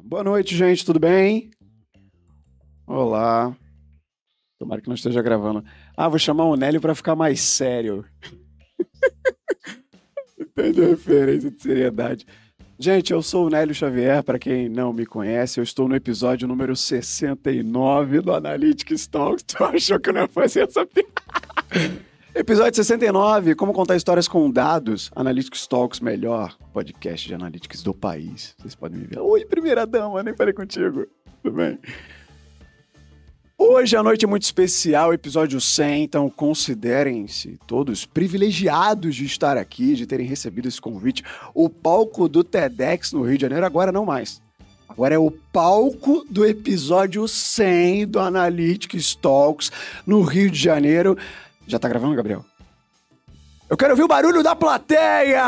Boa noite, gente, tudo bem? Olá. Tomara que não esteja gravando. Vou chamar o Nélio para ficar mais sério. Entende a referência de seriedade. Gente, eu sou o Nélio Xavier, para quem não me conhece, eu estou no episódio número 69 do Analytics Talks. Tu achou que eu não ia fazer essa piada? Episódio 69, como contar histórias com dados. Analytics Talks, melhor podcast de analytics do país. Vocês podem me ver. Oi, primeira dama, nem falei contigo. Tudo bem? Hoje a noite é muito especial, episódio 100, então considerem-se todos privilegiados de estar aqui, de terem recebido esse convite. O palco do TEDx no Rio de Janeiro agora não mais. Agora é o palco do episódio 100 do Analytics Talks no Rio de Janeiro. Já tá gravando, Gabriel? Eu quero ouvir o barulho da plateia!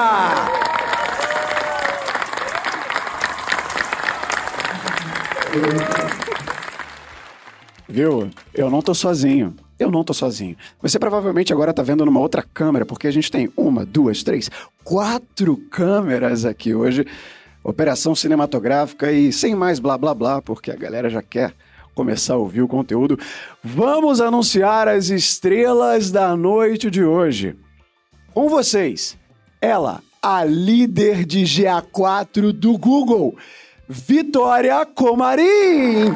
Viu? Eu não tô sozinho. Você provavelmente agora tá vendo numa outra câmera, porque a gente tem 1, 2, 3, 4 câmeras aqui hoje. Operação cinematográfica e sem mais blá blá blá, porque a galera já quer começar a ouvir o conteúdo. Vamos anunciar as estrelas da noite de hoje. Com vocês, ela, a líder de GA4 do Google, Vitória Comarim!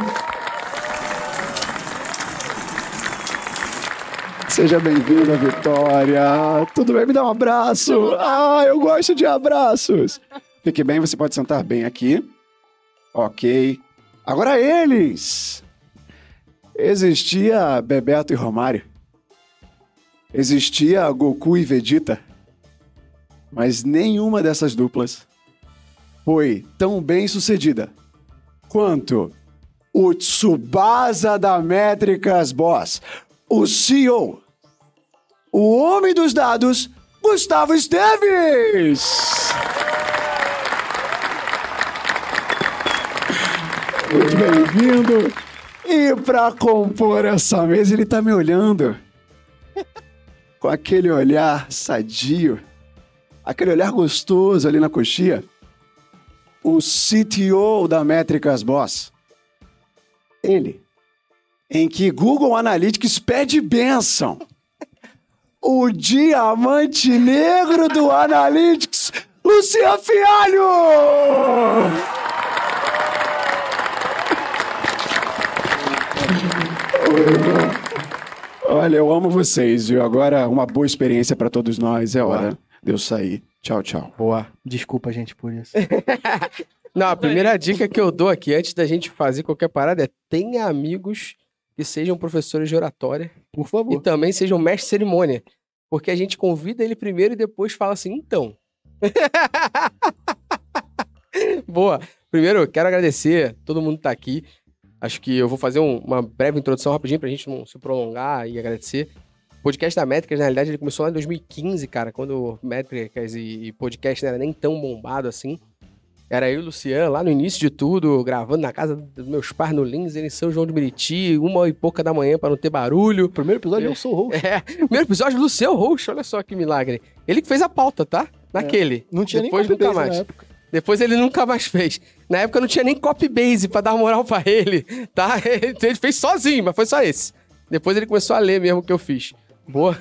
Seja bem-vinda, Vitória. Tudo bem? Me dá um abraço. Eu gosto de abraços. Fique bem, você pode sentar bem aqui. Ok. Agora eles. Existia Bebeto e Romário. Existia Goku e Vegeta. Mas nenhuma dessas duplas foi tão bem sucedida quanto o Tsubasa da Métricas Boss, o CEO, o homem dos dados, Gustavo Esteves! Muito bem-vindo! E para compor essa mesa, ele tá me olhando com aquele olhar sadio, aquele olhar gostoso ali na coxinha. O CTO da Métricas Boss. Ele, em que Google Analytics pede bênção. O diamante negro do Analytics, Lucian Fialho! Olha, eu amo vocês, viu? Agora, uma boa experiência para todos nós. É hora de eu sair. Tchau, tchau. Boa. Desculpa, gente, por isso. Não, a primeira dica que eu dou aqui, antes da gente fazer qualquer parada, é tenha amigos que sejam professores de oratória. Por favor. E também sejam mestres de cerimônia. Porque a gente convida ele primeiro e depois fala assim, então. Boa. Primeiro, eu quero agradecer, todo mundo tá aqui. Acho que eu vou fazer uma breve introdução rapidinho pra gente não se prolongar e agradecer. O podcast da Métricas, na realidade, ele começou lá em 2015, cara, quando Métricas e podcast não era nem tão bombado assim. Era eu e o Lucian, lá no início de tudo, gravando na casa dos meus pais no Lins, em São João de Meriti, 1h pouca da manhã pra não ter barulho. Primeiro episódio eu sou o host. Primeiro episódio do Lucian host, olha só que milagre. Ele que fez a pauta, tá? Naquele. Não tinha depois nem nunca copy-paste mais. na época. Depois ele nunca mais fez. Na época não tinha nem copy-base pra dar moral pra ele, tá? Ele fez sozinho, mas foi só esse. Depois ele começou a ler mesmo o que eu fiz. Boa.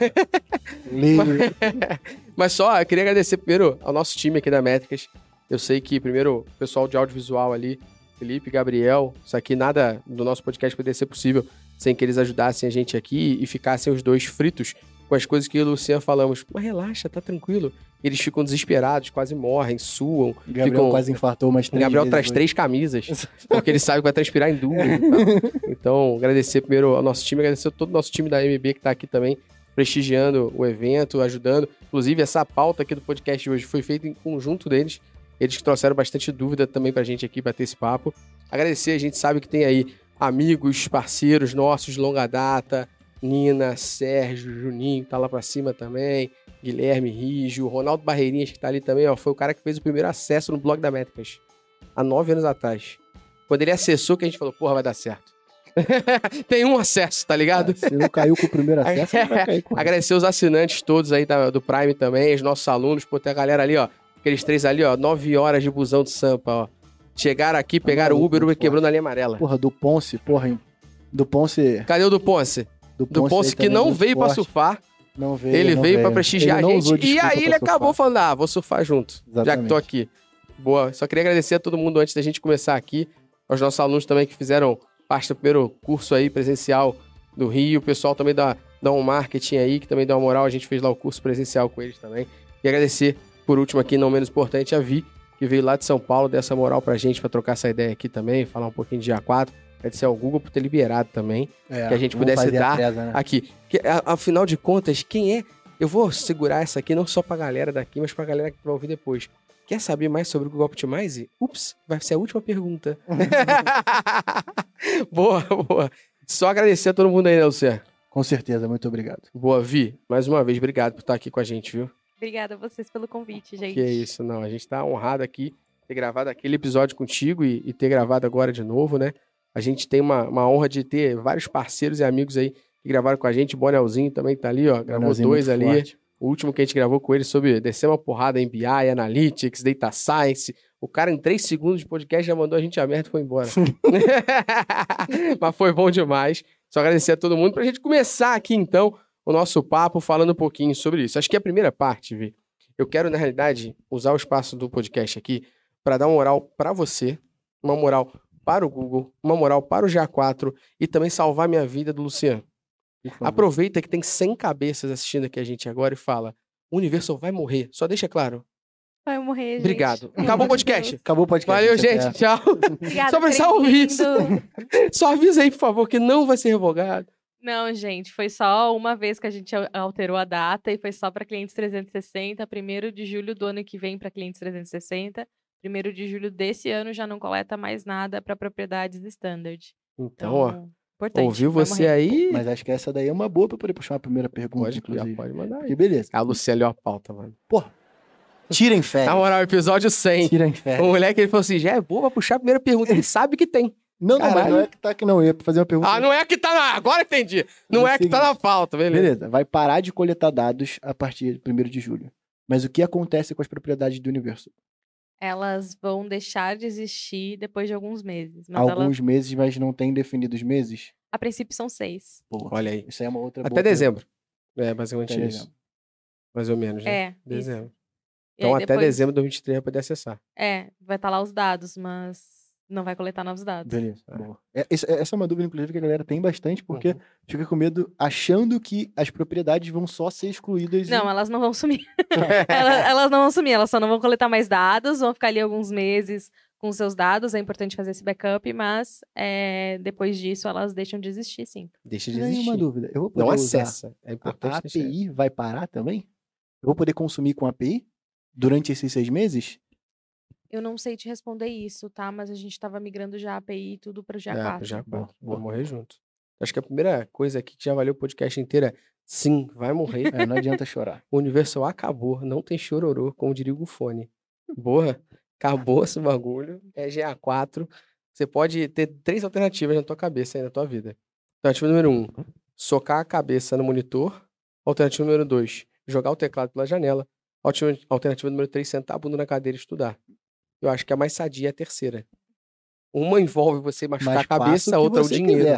Mas só, eu queria agradecer primeiro ao nosso time aqui da Métricas. Eu sei que primeiro o pessoal de audiovisual ali, Felipe, Gabriel, isso aqui nada do nosso podcast poderia ser possível sem que eles ajudassem a gente aqui e ficassem os dois fritos com as coisas que eu e o Lucian falamos. Mas relaxa, tá tranquilo. Eles ficam desesperados, quase morrem, suam. Gabriel quase infartou umas 3 Gabriel vezes traz hoje. 3 camisas, porque ele sabe que vai transpirar em duas. Então, agradecer primeiro ao nosso time, agradecer a todo o nosso time da MB que tá aqui também, prestigiando o evento, ajudando. Inclusive, essa pauta aqui do podcast de hoje foi feita em conjunto deles. Eles que trouxeram bastante dúvida também pra gente aqui bater esse papo. Agradecer, a gente sabe que tem aí amigos, parceiros nossos de longa data, Nina, Sérgio, Juninho, tá lá pra cima também, Guilherme Rijo, Ronaldo Barreirinhas, que tá ali também, ó, foi o cara que fez o primeiro acesso no blog da Métricas, há 9 anos atrás. Quando ele acessou, que a gente falou, porra, vai dar certo. Tem um acesso, tá ligado? Se não caiu com o primeiro acesso, não vai cair com o Agradecer os assinantes todos aí do Prime também, os nossos alunos, pô, tem a galera ali, ó, aqueles 3 ali, ó, 9 horas de busão de Sampa, ó. Chegaram aqui, pegaram o Uber quebrou na linha amarela. Porra, do Ponce, do Ponce... Cadê o do Ponce? Do Ponce que não veio pra surfar. Não veio, Ele veio pra prestigiar a gente. E aí ele acabou falando, vou surfar junto. Exatamente. Já que tô aqui. Boa. Só queria agradecer a todo mundo antes da gente começar aqui. Aos nossos alunos também que fizeram parte do primeiro curso aí presencial do Rio. O pessoal também da Um Marketing aí, que também deu uma moral. A gente fez lá o curso presencial com eles também. E agradecer, por último aqui, não menos importante, a Vi, que veio lá de São Paulo, dessa moral pra gente, pra trocar essa ideia aqui também, falar um pouquinho de GA4. Agradecer ao Google por ter liberado também, que a gente pudesse dar aqui. Que, afinal de contas, quem é? Eu vou segurar essa aqui não só pra galera daqui, mas pra galera que vai ouvir depois. Quer saber mais sobre o Google Optimize? Ups, vai ser a última pergunta. Boa. Só agradecer a todo mundo aí, né, Luciano? Com certeza, muito obrigado. Boa, Vi. Mais uma vez, obrigado por estar aqui com a gente, viu? Obrigada a vocês pelo convite, gente. Que é isso, não. A gente tá honrado aqui ter gravado aquele episódio contigo e ter gravado agora de novo, né? A gente tem uma honra de ter vários parceiros e amigos aí que gravaram com a gente. Bonelzinho também tá ali, ó. Gravou 2 ali. Forte. O último que a gente gravou com ele sobre descer uma porrada em BI, Analytics, Data Science. O cara em 3 segundos de podcast já mandou a gente a merda e foi embora. Mas foi bom demais. Só agradecer a todo mundo pra gente começar aqui, então, o nosso papo falando um pouquinho sobre isso. Acho que a primeira parte, Vi, eu quero, na realidade, usar o espaço do podcast aqui para dar uma moral para você, uma moral para o Google, uma moral para o GA4 e também salvar minha vida do Luciano. Aproveita que tem 100 cabeças assistindo aqui a gente agora e fala, o universo vai morrer, só deixa claro. Vai morrer, gente. Obrigado. Acabou o podcast. Acabou o podcast. Valeu, gente. Tchau. Obrigada, só precisava ouvir isso. Só avisa aí, por favor, que não vai ser revogado. Não, gente, foi só uma vez que a gente alterou a data e foi só para clientes 360, 1º de julho do ano que vem para clientes 360, 1º de julho desse ano já não coleta mais nada para propriedades standard. Então, ó, importante, ouviu você aí? Mas acho que essa daí é uma boa para poder puxar uma primeira pergunta, inclusive. Pode mandar aí. Que beleza. A Luciana leu a pauta, mano. Porra, tira em férias. Na moral, episódio 100. Tira em férias. O moleque, ele falou assim, já é boa pra puxar a primeira pergunta, ele sabe que tem. Não, mas não é que tá aqui não, eu ia fazer uma pergunta. Ah, não é que tá na... Agora entendi. Não é que tá na pauta, beleza. Beleza, vai parar de coletar dados a partir de 1º de julho. Mas o que acontece com as propriedades do universo? Elas vão deixar de existir depois de alguns meses. Mas alguns meses, mas não tem definidos meses? A princípio são 6. Pô, olha aí. Isso aí é uma outra Até dezembro. É, basicamente até isso. Dezembro. Mais ou menos, né? É, dezembro. Isso. Então aí, até dezembro de 2023 vai poder acessar. Vai estar lá os dados, mas não vai coletar novos dados. Beleza, boa. Essa é uma dúvida, inclusive, que a galera tem bastante, porque fica com medo, achando que as propriedades vão só ser excluídas. Não, elas não vão sumir. elas não vão sumir, elas só não vão coletar mais dados, vão ficar ali alguns meses com seus dados, é importante fazer esse backup, mas depois disso elas deixam de existir, sim. Deixa de existir. Uma dúvida, eu vou poder não usar acessa, é importante. A API vai parar também? Eu vou poder consumir com a API durante esses 6 meses? Eu não sei te responder isso, tá? Mas a gente tava migrando já a API e tudo pro GA4. GA4. Vou morrer junto. Acho que a primeira coisa aqui que já valeu o podcast inteiro é sim, vai morrer. Não adianta chorar. O universo acabou, não tem chororô, como diria o Gufone. Boa, acabou esse bagulho, é GA4. Você pode ter 3 alternativas na tua cabeça aí, na tua vida. Alternativa número 1, socar a cabeça no monitor. Alternativa número 2, jogar o teclado pela janela. Alternativa número 3, sentar a bunda na cadeira e estudar. Eu acho que a mais sadia é a terceira. Uma envolve você machucar a cabeça, a outra é o dinheiro.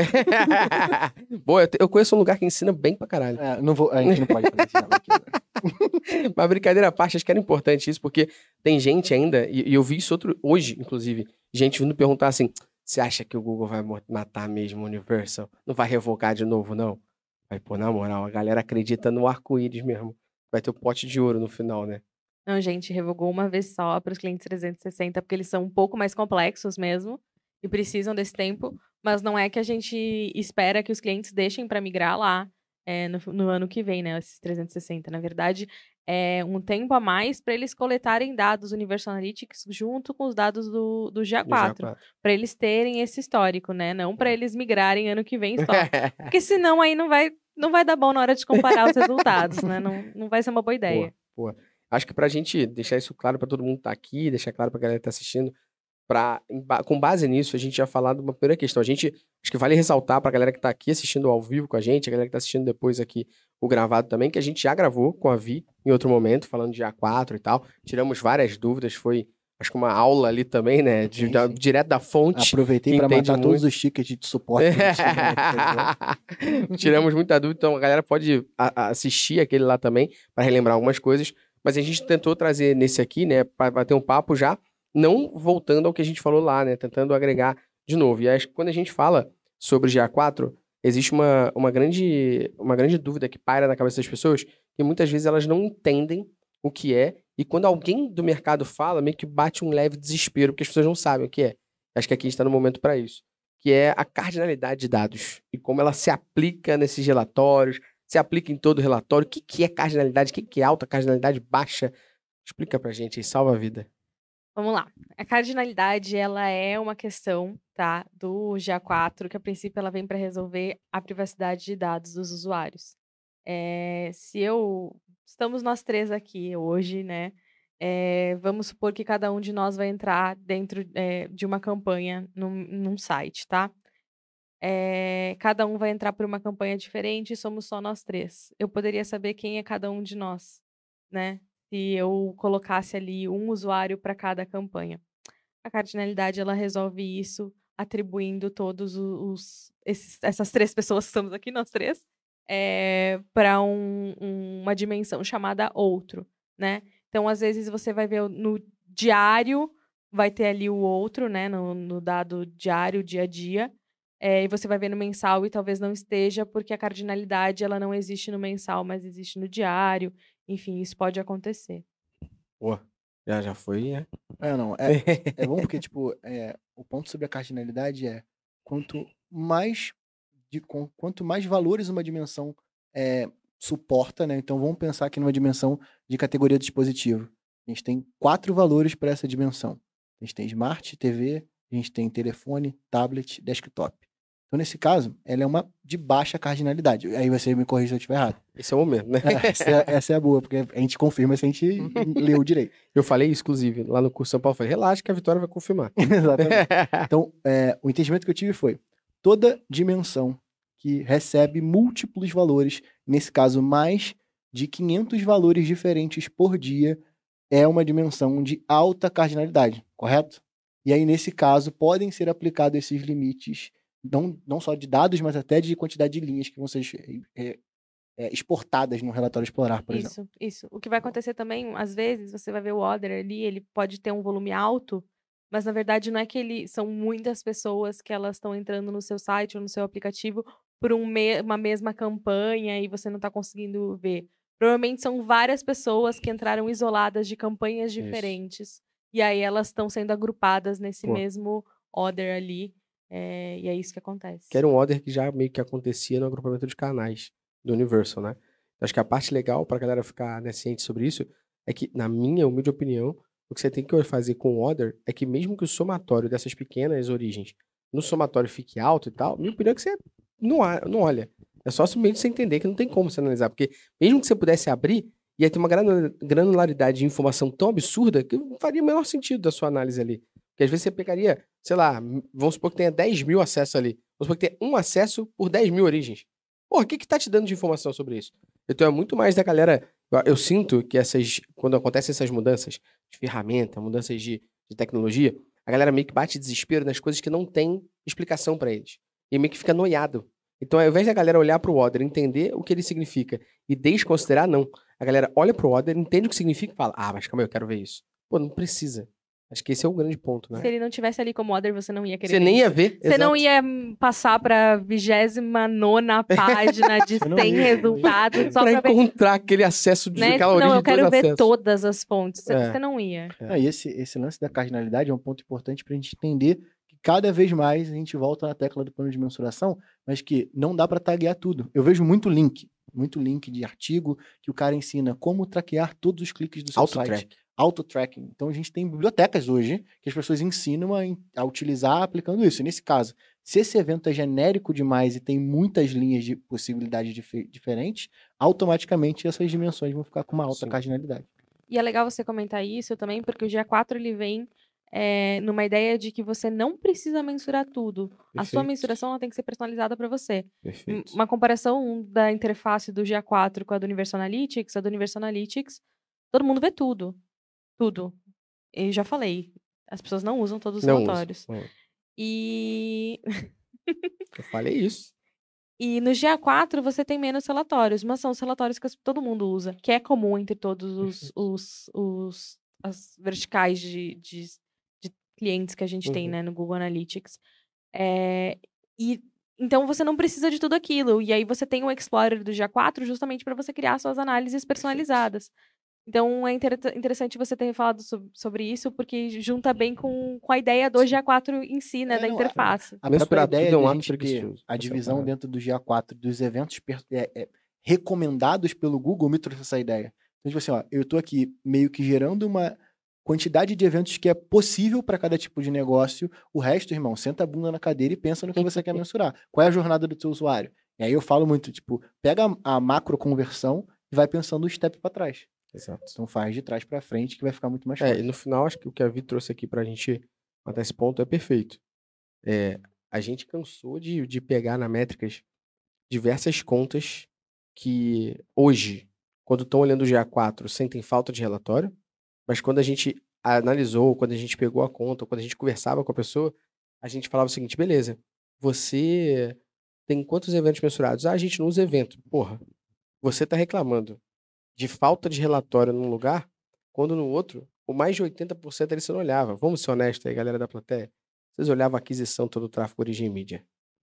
Boa, eu conheço um lugar que ensina bem pra caralho. A gente não pode fazer isso aqui, né? Mas brincadeira à parte, acho que era importante isso, porque tem gente ainda, e eu vi isso hoje, inclusive, gente vindo perguntar assim, você acha que o Google vai matar mesmo o Universal? Não vai revogar de novo, não? Vai, pô, na moral, a galera acredita no arco-íris mesmo. Vai ter o pote de ouro no final, né? Não, gente, revogou uma vez só para os clientes 360, porque eles são um pouco mais complexos mesmo e precisam desse tempo, mas não é que a gente espera que os clientes deixem para migrar lá no ano que vem, né, esses 360. Na verdade, é um tempo a mais para eles coletarem dados Universal Analytics junto com os dados do GA4, para eles terem esse histórico, né, não para eles migrarem ano que vem só, porque senão aí não vai dar bom na hora de comparar os resultados, né, não vai ser uma boa ideia. Boa. Acho que pra gente deixar isso claro pra todo mundo que tá aqui, deixar claro pra galera que tá assistindo, com base nisso, a gente já falar de uma primeira questão. Acho que vale ressaltar pra galera que tá aqui assistindo ao vivo com a gente, a galera que tá assistindo depois aqui o gravado também, que a gente já gravou com a Vi em outro momento, falando de A4 e tal. Tiramos várias dúvidas, foi acho que uma aula ali também, né? Sim. Direto da fonte. Aproveitei que para entende matar todos muito. os tickets de suporte. que eles tiveram que fazer. Tiramos muita dúvida, então a galera pode assistir aquele lá também para relembrar algumas coisas. Mas a gente tentou trazer nesse aqui, né, para bater um papo já, não voltando ao que a gente falou lá, né, tentando agregar de novo. E acho que quando a gente fala sobre GA4, existe uma grande dúvida que paira na cabeça das pessoas, que muitas vezes elas não entendem o que é, e quando alguém do mercado fala, meio que bate um leve desespero, porque as pessoas não sabem o que é. Acho que aqui a gente está no momento para isso, que é a cardinalidade de dados e como ela se aplica nesses relatórios, se aplica em todo relatório. O que é cardinalidade? O que é alta cardinalidade, baixa? Explica pra gente aí, salva a vida. Vamos lá. A cardinalidade, ela é uma questão, tá, do GA4, que a princípio ela vem para resolver a privacidade de dados dos usuários. Estamos nós três aqui hoje, né? Vamos supor que cada um de nós vai entrar dentro de uma campanha num site, tá? Cada um vai entrar por uma campanha diferente e somos só nós três. Eu poderia saber quem é cada um de nós, né? Se eu colocasse ali um usuário para cada campanha. A cardinalidade, ela resolve isso atribuindo todos essas três pessoas que estamos aqui, nós três, para uma dimensão chamada outro, né? Então, às vezes, você vai ver no diário, vai ter ali o outro, né? No dado diário, dia a dia. E você vai ver no mensal e talvez não esteja, porque a cardinalidade ela não existe no mensal, mas existe no diário. Enfim, isso pode acontecer. Pô, já foi, né? Não, é bom porque, tipo, o ponto sobre a cardinalidade é quanto mais valores uma dimensão suporta, né? Então vamos pensar aqui numa dimensão de categoria dispositivo. A gente tem 4 valores para essa dimensão. A gente tem Smart, TV, a gente tem telefone, tablet, desktop. Então, nesse caso, ela é uma de baixa cardinalidade. Aí você me corrige se eu estiver errado. Esse é o momento, né? Essa é a boa, porque a gente confirma se a gente leu direito. Eu falei, inclusive, lá no curso São Paulo, eu falei, relaxa que a Vitória vai confirmar. Exatamente. Então, o entendimento que eu tive foi, toda dimensão que recebe múltiplos valores, nesse caso, mais de 500 valores diferentes por dia, é uma dimensão de alta cardinalidade, correto? E aí, nesse caso, podem ser aplicados esses limites, não só de dados, mas até de quantidade de linhas que vão ser exportadas no relatório explorar, por exemplo. Isso. O que vai acontecer também, às vezes, você vai ver o order ali, ele pode ter um volume alto, mas na verdade não é que são muitas pessoas que elas estão entrando no seu site ou no seu aplicativo por uma mesma campanha e você não está conseguindo ver. Provavelmente são várias pessoas que entraram isoladas de campanhas diferentes. E aí elas estão sendo agrupadas nesse mesmo order ali. E é isso que acontece. Que era um order que já meio que acontecia no agrupamento de canais do Universal, né? Acho que a parte legal pra galera ficar, né, ciente sobre isso é que, na minha humilde opinião, o que você tem que fazer com o order é que mesmo que o somatório dessas pequenas origens no somatório fique alto e tal, minha opinião é que você não olha. É só simplesmente você entender que não tem como você analisar, porque mesmo que você pudesse abrir, ia ter uma granularidade de informação tão absurda que não faria o menor sentido da sua análise ali. Porque às vezes você pegaria, sei lá, vamos supor que tenha 10 mil acessos ali. Vamos supor que tenha um acesso por 10 mil origens. Porra, o que tá te dando de informação sobre isso? Então é muito mais da galera... Eu sinto que quando acontecem essas mudanças de ferramenta, mudanças de tecnologia, a galera meio que bate desespero nas coisas que não tem explicação pra eles. E meio que fica noiado. Então, ao invés da galera olhar pro order, entender o que ele significa e desconsiderar, não. A galera olha pro order, entende o que significa e fala, mas calma aí, eu quero ver isso. Pô, não precisa. Acho que esse é o grande ponto, né? Se ele não tivesse ali como order, você não ia querer ver. Você nem ia ver. Você não ia passar pra 29ª página de 100 resultados só pra ver. Encontrar aquele acesso de aquela origem. Não, eu quero ver acessos. todas as fontes. Você não ia. E esse lance da cardinalidade é um ponto importante pra gente entender que cada vez mais a gente volta na tecla do plano de mensuração, mas que não dá pra taguear tudo. Eu vejo muito link de artigo que o cara ensina como traquear todos os cliques do seu site. Auto-tracking. Então, a gente tem bibliotecas hoje que as pessoas ensinam a utilizar aplicando isso. E nesse caso, se esse evento é genérico demais e tem muitas linhas de possibilidades diferentes, automaticamente essas dimensões vão ficar com uma alta cardinalidade. E é legal você comentar isso também, porque o GA4 ele vem numa ideia de que você não precisa mensurar tudo. Perfeito. A sua mensuração ela tem que ser personalizada para você. Perfeito. Uma comparação da interface do GA4 com a do Universal Analytics, todo mundo vê tudo. Tudo. eu já falei, as pessoas não usam todos os Não relatórios. uso. E... Eu falei isso. E no GA4 você tem menos relatórios, mas são os relatórios que todo mundo usa, que é comum entre todos as verticais de clientes que a gente tem, Uhum. né, no Google Analytics. E então você não precisa de tudo aquilo. E aí você tem o Explorer do GA4 justamente para você criar suas análises personalizadas. Então é interessante você ter falado sobre isso, porque junta bem com a ideia do GA4 em si, né, da interface. A Mensurar própria ideia tudo é de um a ato gente ter preguiçoso, a essa divisão parada. dentro do GA4 dos eventos recomendados pelo Google me trouxe essa ideia. Então, tipo assim, ó, eu tô aqui meio que gerando uma quantidade de eventos que é possível para cada tipo de negócio. O resto, irmão, senta a bunda na cadeira e pensa no que você quer mensurar. Qual é a jornada do seu usuário? E aí eu falo muito, tipo, pega a macro conversão e vai pensando o step para trás. Exato. Então faz de trás para frente que vai ficar muito mais E fácil. no final, acho que o que a Vi trouxe aqui pra gente até esse ponto é perfeito. A gente cansou de pegar na métricas diversas contas que hoje, quando estão olhando o GA4, sentem falta de relatório, mas quando a gente analisou, quando a gente pegou a conta, quando a gente conversava com a pessoa, a gente falava o seguinte, beleza, você tem quantos eventos mensurados? A gente não usa evento. Porra, você tá reclamando de falta de relatório num lugar, quando no outro, o mais de 80% ele você não olhava. Vamos ser honestos aí, galera da plateia. Vocês olhavam a aquisição, todo o tráfego, origem e mídia.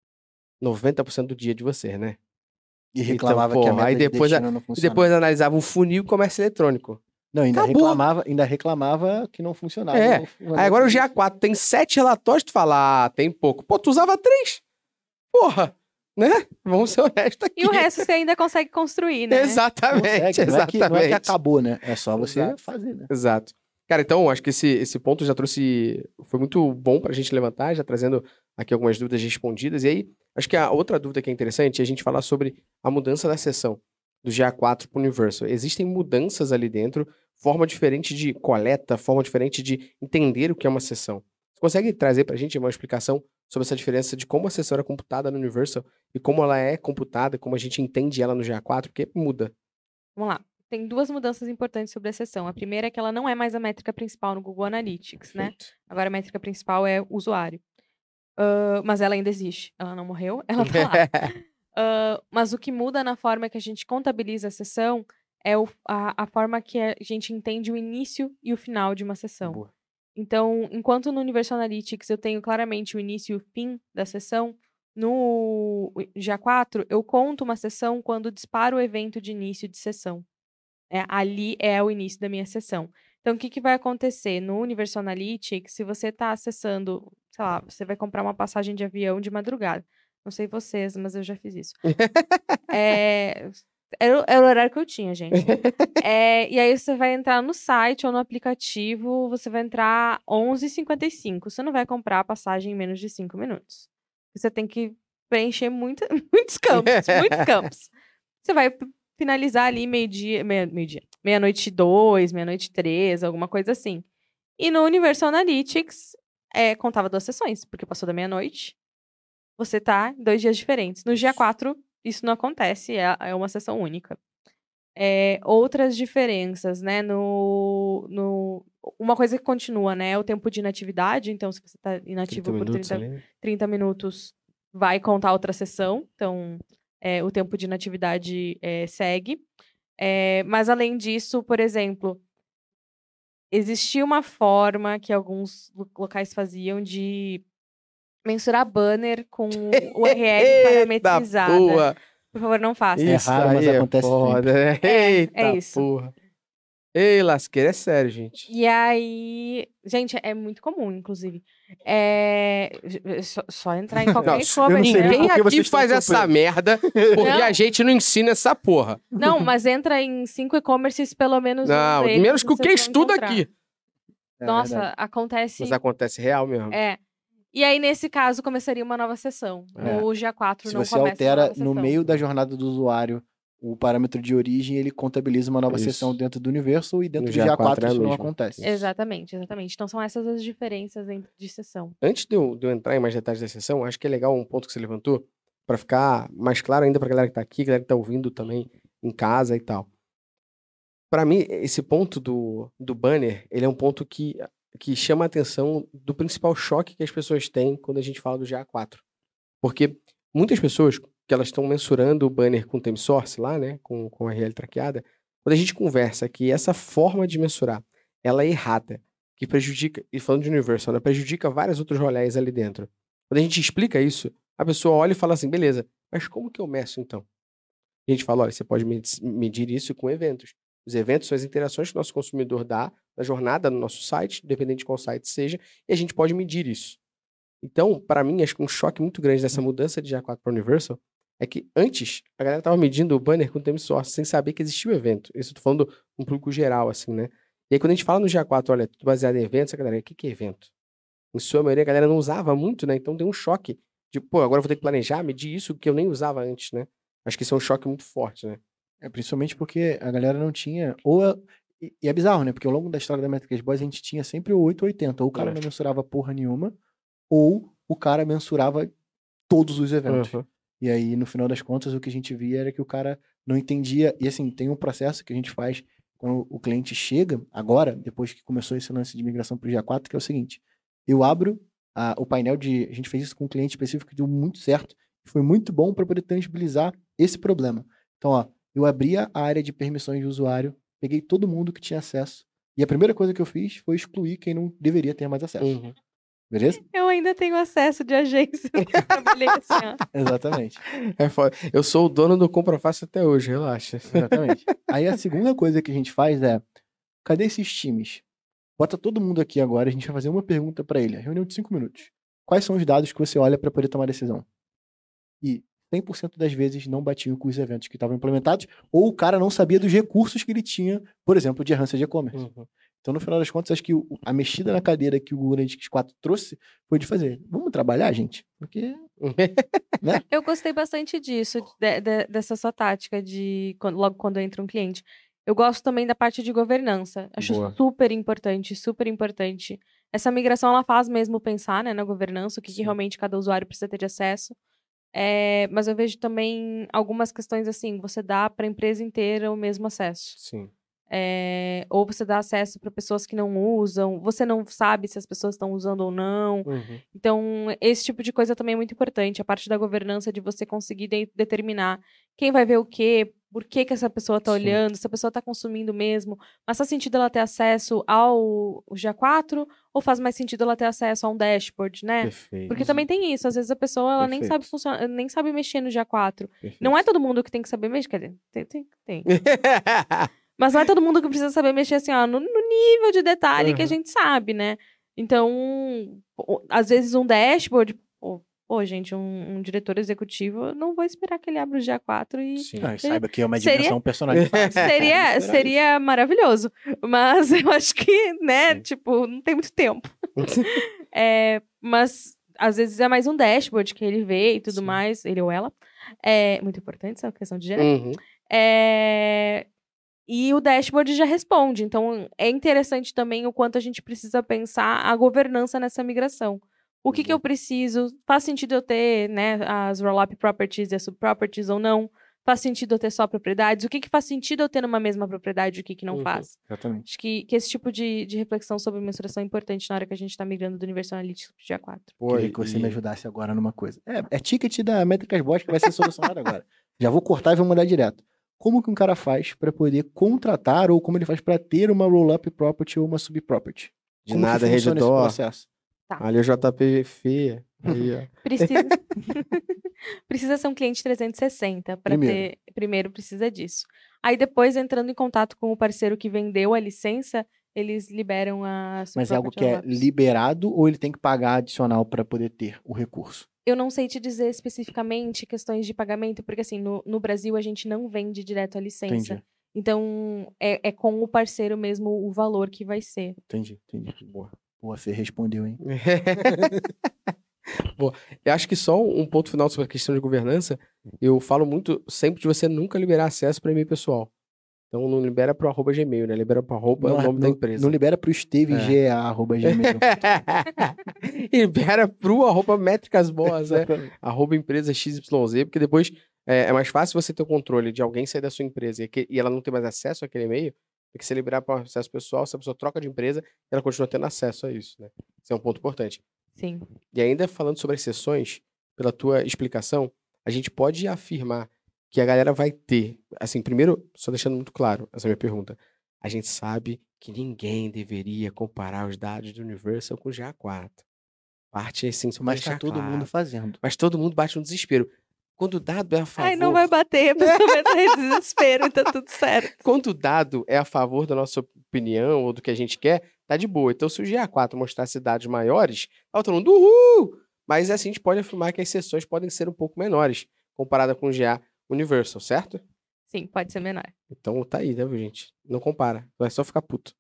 90% do dia de vocês, né? E Então, reclamava que a porra, meta de destino não e funcionava. depois analisava um funil e comércio eletrônico. Não, Acabou. ainda reclamava que não funcionava. Aí agora o GA4 tem 7 relatórios, tu fala, tem pouco. Pô, tu usava 3. Porra, né? Vamos ser honestos aqui. E o resto você ainda consegue construir, né? Exatamente, exatamente. Não é que acabou, né? É só você Exato. fazer, né? Exato. Cara, então, acho que esse ponto já trouxe... Foi muito bom pra gente levantar, já trazendo aqui algumas dúvidas respondidas. E aí, acho que a outra dúvida que é interessante é a gente falar sobre a mudança da seção do GA4 para o Universal. Existem mudanças ali dentro, forma diferente de coleta, forma diferente de entender o que é uma seção. Você consegue trazer pra gente uma explicação sobre essa diferença de como a seção era computada no Universal e como ela é computada, como a gente entende ela no GA4, porque muda. Vamos lá. Tem 2 mudanças importantes sobre a seção. A primeira é que ela não é mais a métrica principal no Google Analytics, né? Perfeito. Agora a métrica principal é o usuário. Mas ela ainda existe. Ela não morreu, ela tá lá. Mas o que muda na forma que a gente contabiliza a sessão é a forma que a gente entende o início e o final de uma sessão. Boa. Então, enquanto no Universal Analytics eu tenho claramente o início e o fim da sessão, no GA4 eu conto uma sessão quando disparo o evento de início de sessão. Ali é o início da minha sessão. Então, o que vai acontecer? No Universal Analytics, se você está acessando, sei lá, você vai comprar uma passagem de avião de madrugada. Não sei vocês, mas eu já fiz isso. Era o horário que eu tinha, gente. E aí você vai entrar no site ou no aplicativo, você vai entrar 11h55. Você não vai comprar a passagem em menos de 5 minutos. Você tem que preencher muitos campos. Você vai finalizar ali meia-noite 2, meia-noite 3, alguma coisa assim. E no Universal Analytics, contava 2 sessões, porque passou da meia-noite, você tá em 2 dias diferentes. No GA4, isso não acontece, é uma sessão única. Outras diferenças, né? Uma coisa que continua, né? É o tempo de inatividade. Então, se você tá inativo 30 por minutos 30 minutos, vai contar outra sessão. Então, o tempo de inatividade segue. Mas, além disso, por exemplo, existia uma forma que alguns locais faziam de mensurar banner com URL parametrizada. Porra. Por favor, não faça. Isso raro, mas aí acontece foda, né? Eita, é isso. porra. Ei, lasqueira, é sério, gente. E aí... Gente, é muito comum, inclusive. Só entrar em qualquer e-commerce. eu não sei nem Ninguém por que vocês aqui estão faz essa surpresos. merda porque Não. a gente não ensina essa porra. Não, mas entra em 5 e-commerces, pelo menos Não, um deles menos que o vocês que vão estuda encontrar. aqui. Nossa, Verdade. acontece... Mas acontece real mesmo. E aí, nesse caso, começaria uma nova sessão. No GA4 Se não você começa uma altera nova no sessão. meio da jornada do usuário o parâmetro de origem, ele contabiliza uma nova Isso. sessão dentro do Universal e dentro No do GA4 GA4 é a isso não mesma. acontece. Isso. Exatamente. Então, são essas as diferenças de sessão. Antes de eu entrar em mais detalhes da sessão, acho que é legal um ponto que você levantou, para ficar mais claro ainda pra galera que tá aqui, galera que tá ouvindo também em casa e tal. Para mim, esse ponto do banner, ele é um ponto que que chama a atenção do principal choque que as pessoas têm quando a gente fala do GA4. Porque muitas pessoas que elas estão mensurando o banner com time source lá, né, com a URL traqueada, quando a gente conversa que essa forma de mensurar, ela é errada, que prejudica, e falando de Universal, né, prejudica vários outros rolês ali dentro. Quando a gente explica isso, a pessoa olha e fala assim, beleza, mas como que eu meço então? A gente fala, olha, você pode medir isso com eventos. Os eventos são as interações que o nosso consumidor dá na jornada no nosso site, independente de qual site seja, e a gente pode medir isso. Então, para mim, acho que um choque muito grande dessa mudança de GA4 para Universal é que antes a galera estava medindo o banner com time source sem saber que existia o evento. Isso eu tô falando um público geral, assim, né? E aí, quando a gente fala no GA4, olha, tudo baseado em eventos, a galera, o que é evento? Em sua maioria, a galera não usava muito, né? Então tem um choque de, pô, agora eu vou ter que planejar, medir isso que eu nem usava antes, né? Acho que isso é um choque muito forte, né? Principalmente porque a galera não tinha. E é bizarro, né? Porque ao longo da história da Métricas Boys a gente tinha sempre o 880. Ou o cara não mensurava porra nenhuma, ou o cara mensurava todos os eventos. E aí, no final das contas, o que a gente via era que o cara não entendia. E assim, tem um processo que a gente faz quando o cliente chega, agora, depois que começou esse lance de migração para o GA4, que é o seguinte: eu abro o painel de. A gente fez isso com um cliente específico que deu muito certo. Foi muito bom para poder tangibilizar esse problema. Então, ó, eu abria a área de permissões de usuário, peguei todo mundo que tinha acesso, e a primeira coisa que eu fiz foi excluir quem não deveria ter mais acesso. Beleza? Eu ainda tenho acesso de agência. Trabalhei assim, ó. Exatamente. É foda. Eu sou o dono do Compra Fácil até hoje, relaxa. Exatamente. Aí a segunda coisa que a gente faz é, cadê esses times? Bota todo mundo aqui agora, a gente vai fazer uma pergunta para ele, reunião de 5 minutos. Quais são os dados que você olha para poder tomar decisão? E 100% das vezes não batiam com os eventos que estavam implementados, ou o cara não sabia dos recursos que ele tinha, por exemplo, de errância de e-commerce. Então, no final das contas, acho que a mexida na cadeira que o Google Analytics 4 trouxe foi de fazer, vamos trabalhar, gente? Porque, né? Eu gostei bastante disso, dessa sua tática de logo quando entra um cliente. Eu gosto também da parte de governança. Acho super importante, super importante. Essa migração, ela faz mesmo pensar, né, na governança, o que realmente cada usuário precisa ter de acesso. Mas eu vejo também algumas questões assim, você dá para a empresa inteira o mesmo acesso. Sim. Ou você dá acesso para pessoas que não usam, você não sabe se as pessoas estão usando ou não. Então, esse tipo de coisa também é muito importante. A parte da governança de você conseguir determinar quem vai ver o quê, por que essa pessoa está olhando, se a pessoa está consumindo mesmo. Mas faz sentido ela ter acesso ao GA4 ou faz mais sentido ela ter acesso a um dashboard, né? Perfeito. Porque também tem isso. Às vezes a pessoa ela nem sabe funcionar, nem sabe mexer no GA4. Não é todo mundo que tem que saber mexer. Quer dizer, tem. Mas não é todo mundo que precisa saber mexer assim, ó, no nível de detalhe que a gente sabe, né? Então, às vezes um dashboard, gente, um diretor executivo, eu não vou esperar que ele abra o GA4 e... saiba que é uma dimensão personalizada. Seria maravilhoso. Mas eu acho que, né, tipo, não tem muito tempo. Mas, às vezes, é mais um dashboard que ele vê e tudo mais, ele ou ela. É muito importante essa questão de gênero. E o dashboard já responde. Então, é interessante também o quanto a gente precisa pensar a governança nessa migração. O que eu preciso? Faz sentido eu ter, né, as roll-up properties e as subproperties ou não? Faz sentido eu ter só propriedades? O que faz sentido eu ter numa mesma propriedade e o que não faz? Exatamente. Acho que esse tipo de reflexão sobre mensuração é importante na hora que a gente está migrando do Universal Analytics para o GA4. Queria que você me ajudasse agora numa coisa. É ticket da Métricas Boys que vai ser solucionado agora. Já vou cortar e vou mandar direto. Como que um cara faz para poder contratar ou como ele faz para ter uma roll-up property ou uma subproperty? De nada, Redditor. Processo? Tá. Ali o JP feia. Aí, ó. Precisa ser um cliente 360 para ter. Primeiro precisa disso. Aí depois, entrando em contato com o parceiro que vendeu a licença, eles liberam a. Mas é algo que é liberado ou ele tem que pagar adicional para poder ter o recurso? Eu não sei te dizer especificamente questões de pagamento, porque assim, no Brasil a gente não vende direto a licença. Entendi. Então, é com o parceiro mesmo o valor que vai ser. Entendi. Boa. Você respondeu, hein? Bom, eu acho que só um ponto final sobre a questão de governança, eu falo muito sempre de você nunca liberar acesso para e-mail pessoal. Então não libera pro @gmail, né? Libera pro o nome da empresa. Não libera pro stevega@gmail. Libera pro @métricasboas, né? @empresa XYZ, porque depois é mais fácil você ter o controle de alguém sair da sua empresa e ela não ter mais acesso àquele e-mail. Tem que ser liberado para acesso pessoal. Se a pessoa troca de empresa, ela continua tendo acesso a isso, né? Isso é um ponto importante. Sim. E ainda falando sobre as sessões, pela tua explicação, a gente pode afirmar que a galera vai ter, assim, primeiro, só deixando muito claro essa minha pergunta, a gente sabe que ninguém deveria comparar os dados do Universal com o GA4. Parte assim, só pra Mas tá deixar todo mundo claro. fazendo. Mas todo mundo bate no desespero. Quando o dado é a favor... Ai, não vai bater, a pessoa vai ter desespero, tá tudo certo. Quando o dado é a favor da nossa opinião ou do que a gente quer, tá de boa. Então, se o GA4 mostrasse dados maiores, tá todo mundo, uhul! Mas assim, a gente pode afirmar que as sessões podem ser um pouco menores, comparada com o GA Universal, certo? Sim, pode ser menor. Então tá aí, né, gente? Não compara. Vai só ficar puto.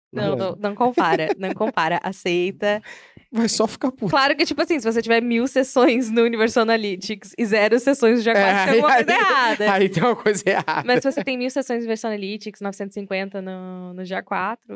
Não compara, não compara. Aceita. Vai só ficar puto. Claro que, tipo assim, se você tiver 1000 sessões no Universal Analytics e 0 sessões do GA4, tem alguma coisa errada. Aí tem uma coisa errada. Mas se você tem 1000 sessões no Universal Analytics, 950 no GA4,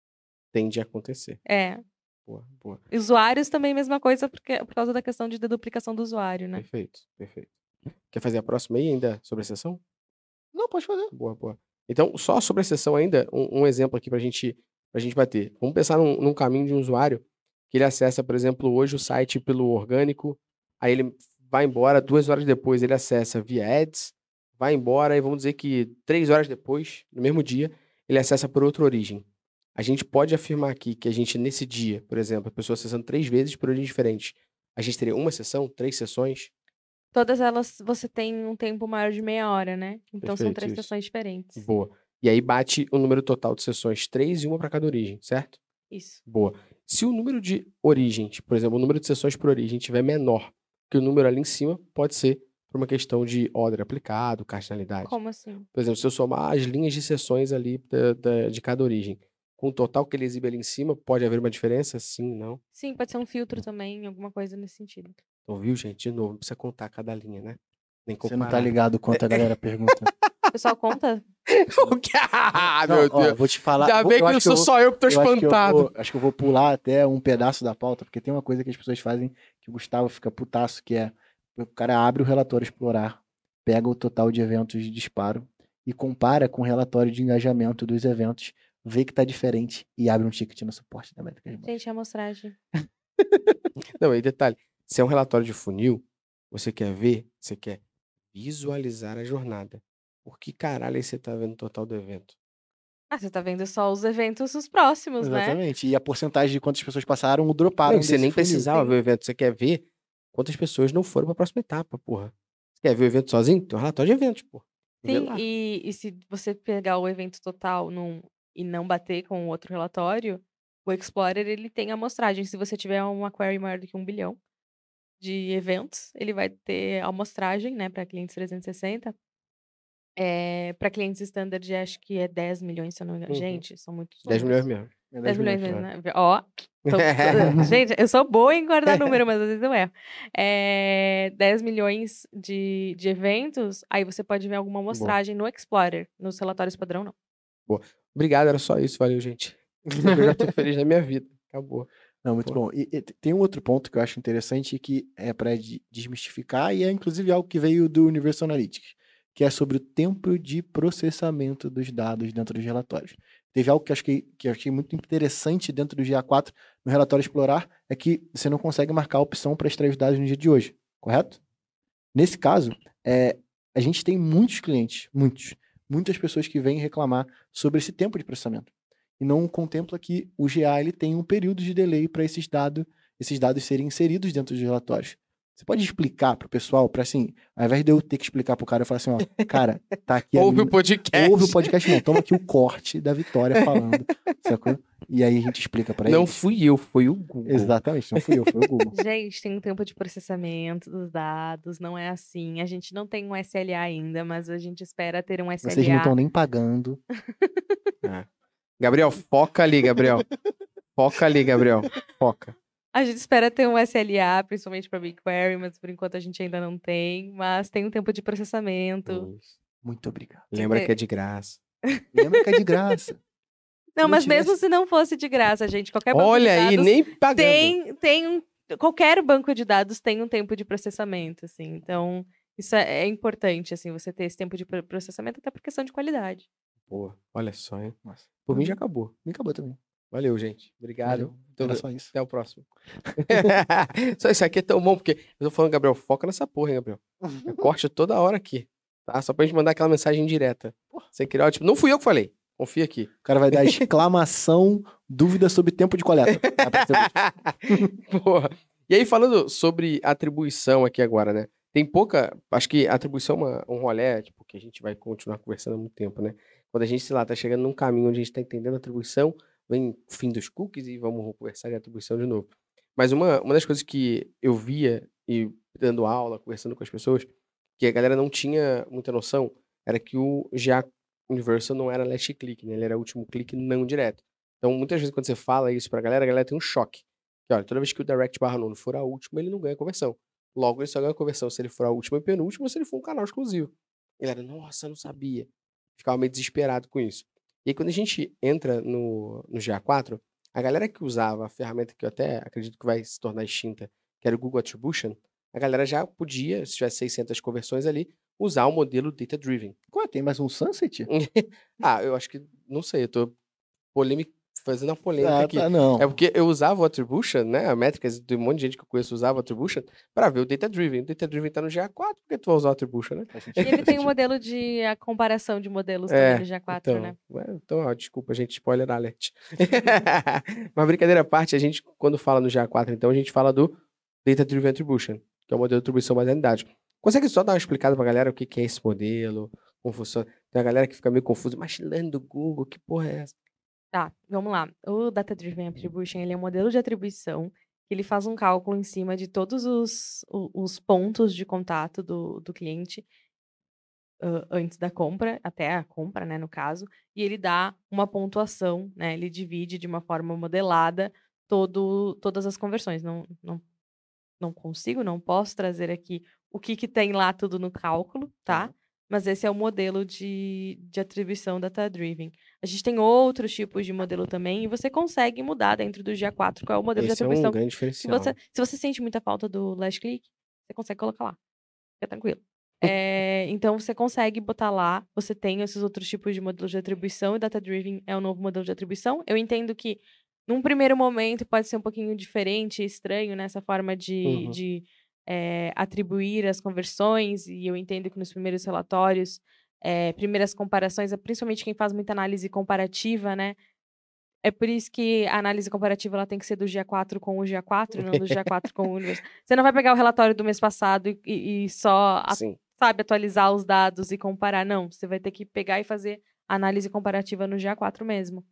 tende a acontecer. é. Boa, boa. Usuários também, mesma coisa, por causa da questão de deduplicação do usuário, né? Perfeito, perfeito. Quer fazer a próxima aí ainda sobre a sessão? Não, pode fazer. Boa, boa. Então, só sobre a sessão ainda, um exemplo aqui pra gente bater. Vamos pensar num caminho de um usuário que ele acessa, por exemplo, hoje o site pelo orgânico, aí ele vai embora, 2 horas depois ele acessa via ads, vai embora e vamos dizer que 3 horas depois, no mesmo dia, ele acessa por outra origem. A gente pode afirmar aqui que a gente, nesse dia, por exemplo, a pessoa acessando 3 vezes por origens diferentes, a gente teria uma sessão, 3 sessões? Todas elas você tem um tempo maior de meia hora, né? Então são Perfeito, 3 isso. sessões diferentes. Boa. E aí bate o número total de sessões 3 e uma para cada origem, certo? Isso. Boa. Se o número de origens, por exemplo, o número de sessões por origem tiver menor que o número ali em cima, pode ser por uma questão de order aplicado, cardinalidade. Como assim? Por exemplo, se eu somar as linhas de sessões ali de cada origem, com o total que ele exibe ali em cima, pode haver uma diferença? Sim, não? Sim, pode ser um filtro também, alguma coisa nesse sentido. Então, viu, gente? De novo, não precisa contar cada linha, né? Nem Você comparar. não tá ligado quanto a galera pergunta. O pessoal conta? O que? Ah, Não, meu ó, Deus. vou te falar. Ainda bem que não sou só eu que tô espantado. Acho que eu vou pular até um pedaço da pauta, porque tem uma coisa que as pessoas fazem que o Gustavo fica putaço, que é o cara abre o relatório Explorar, pega o total de eventos de disparo e compara com o relatório de engajamento dos eventos, vê que tá diferente e abre um ticket no suporte da métrica. Gente, é amostragem. Não, e detalhe, se é um relatório de funil, você quer visualizar a jornada. Por que caralho aí você tá vendo o total do evento? Ah, você tá vendo só os eventos os próximos, né? Exatamente. E a porcentagem de quantas pessoas passaram ou droparam. Não, você desse nem funil. precisava Sim. ver o evento, você quer ver quantas pessoas não foram pra próxima etapa, porra. Você quer ver o evento sozinho? Tem um relatório de eventos, porra. Vê Sim, lá. e se você pegar o evento total e não bater com o outro relatório, o Explorer, ele tem a amostragem. Se você tiver uma query maior do que 1 bilhão de eventos, ele vai ter a amostragem, né, para clientes 360. Para clientes standard, acho que é 10 milhões, se eu não me engano. Uhum. Gente, são muitos 10 números. milhões mesmo. 10 milhões mesmo, né? Ó, gente, eu sou boa em guardar número, mas às vezes eu erro. 10 milhões de eventos, aí você pode ver alguma amostragem no Explorer. Nos relatórios padrão, não. Obrigado, era só isso, valeu, gente. Eu já tô feliz na minha vida. Acabou. Não, muito Pô. bom. E tem um outro ponto que eu acho interessante que é para desmistificar e é inclusive algo que veio do Universal Analytics, que é sobre o tempo de processamento dos dados dentro dos relatórios. Teve algo que eu achei muito interessante dentro do GA4 no relatório Explorar, é que você não consegue marcar a opção para extrair os dados no dia de hoje, correto? Nesse caso, a gente tem muitos clientes, muitas pessoas que vêm reclamar sobre esse tempo de processamento. E não contempla que o GA ele tem um período de delay para esses dados serem inseridos dentro dos relatórios. Você pode explicar pro pessoal, para assim, ao invés de eu ter que explicar pro cara, eu falar assim, ó, cara, tá aqui Ouve o podcast. Ouve o podcast, não, toma aqui o corte da Vitória falando, sacou? E aí a gente explica pra ele. Não fui eu, foi o Google. Exatamente, não fui eu, foi o Google. Gente, tem um tempo de processamento dos dados, não é assim. A gente não tem um SLA ainda, mas a gente espera ter um SLA. Vocês não estão nem pagando. Gabriel, foca ali, Gabriel. Foca ali, Gabriel. Foca. A gente espera ter um SLA, principalmente para BigQuery, mas por enquanto a gente ainda não tem. Mas tem um tempo de processamento. Muito obrigado. Lembra que é de graça. Lembra que é de graça. Não, mas tivesse- mesmo se não fosse de graça, gente, qualquer banco Olha de aí, dados nem pagando. qualquer banco de dados tem um tempo de processamento, assim. Então, isso é importante, assim, você ter esse tempo de processamento até por questão de qualidade. Pô, olha só, hein? Nossa. Por mim já acabou. Me acabou também. Valeu, gente. Obrigado. Valeu. Então, Era só isso. até o próximo. Só isso aqui é tão bom, porque eu tô falando, Gabriel, foca nessa porra, hein, Gabriel. Corte toda hora aqui, tá? Só pra gente mandar aquela mensagem direta. Sem criar, tipo, não fui eu que falei. Confia aqui. O cara vai dar exclamação, dúvida sobre tempo de coleta. Porra. E aí, falando sobre atribuição aqui agora, né? Tem pouca. Acho que atribuição é um rolê, tipo, que a gente vai continuar conversando há muito tempo, né? Quando a gente, sei lá, tá chegando num caminho onde a gente tá entendendo a atribuição, vem o fim dos cookies e vamos conversar de atribuição de novo. Mas uma das coisas que eu via, e dando aula, conversando com as pessoas, que a galera não tinha muita noção, era que o GA Universal não era last click, né? Ele era último clique não direto. Então, muitas vezes, quando você fala isso pra galera, a galera tem um choque. Que, olha, toda vez que o direct barra nono for a última, ele não ganha conversão. Logo, ele só ganha conversão se ele for a última e penúltima ou se ele for um canal exclusivo. Ele era, nossa, eu não sabia. Ficava meio desesperado com isso. E aí, quando a gente entra no GA4, a galera que usava a ferramenta que eu até acredito que vai se tornar extinta, que era o Google Attribution, a galera já podia, se tivesse 600 conversões ali, usar o modelo Data Driven. Ué, tem mais um Sunset? Eu acho que, não sei, eu tô fazendo uma polêmica aqui. Tá, não. É porque eu usava o Attribution, né? A métricas de um monte de gente que eu conheço usava o Attribution pra ver o Data Driven. O Data Driven tá no GA4, por que tu vai usar o Attribution, né? E ele tem um modelo de a comparação de modelos também do GA4, então, né? Então, ó, desculpa, gente, spoiler alert. Mas brincadeira à parte, a gente, quando fala no GA4, então, a gente fala do Data Driven Attribution, que é o modelo de atribuição baseada em dados. Consegue só dar uma explicada pra galera o que é esse modelo, como funciona? Tem a galera que fica meio confusa, machine learning do Google, que porra é essa? Tá, vamos lá. O Data Driven Attribution, ele é um modelo de atribuição que ele faz um cálculo em cima de todos os pontos de contato do cliente antes da compra, até a compra, né, no caso, e ele dá uma pontuação, né, ele divide de uma forma modelada todas as conversões. Não consigo, não posso trazer aqui o que tem lá tudo no cálculo, tá? Mas esse é o modelo de atribuição data-driven. A gente tem outros tipos de modelo também, e você consegue mudar dentro do GA4 qual é o modelo de Esse é atribuição. um grande diferencial. Se você sente muita falta do last click, você consegue colocar lá. Fica tranquilo. Então, você consegue botar lá, você tem esses outros tipos de modelos de atribuição, e data-driven é o novo modelo de atribuição. Eu entendo que, num primeiro momento, pode ser um pouquinho diferente e estranho nessa forma de atribuir as conversões, e eu entendo que nos primeiros relatórios, primeiras comparações, principalmente quem faz muita análise comparativa, né? É por isso que a análise comparativa ela tem que ser do GA4 com o GA4, não do GA4 com o Universal. Você não vai pegar o relatório do mês passado e só atualizar os dados e comparar. Não, você vai ter que pegar e fazer análise comparativa no GA4 mesmo.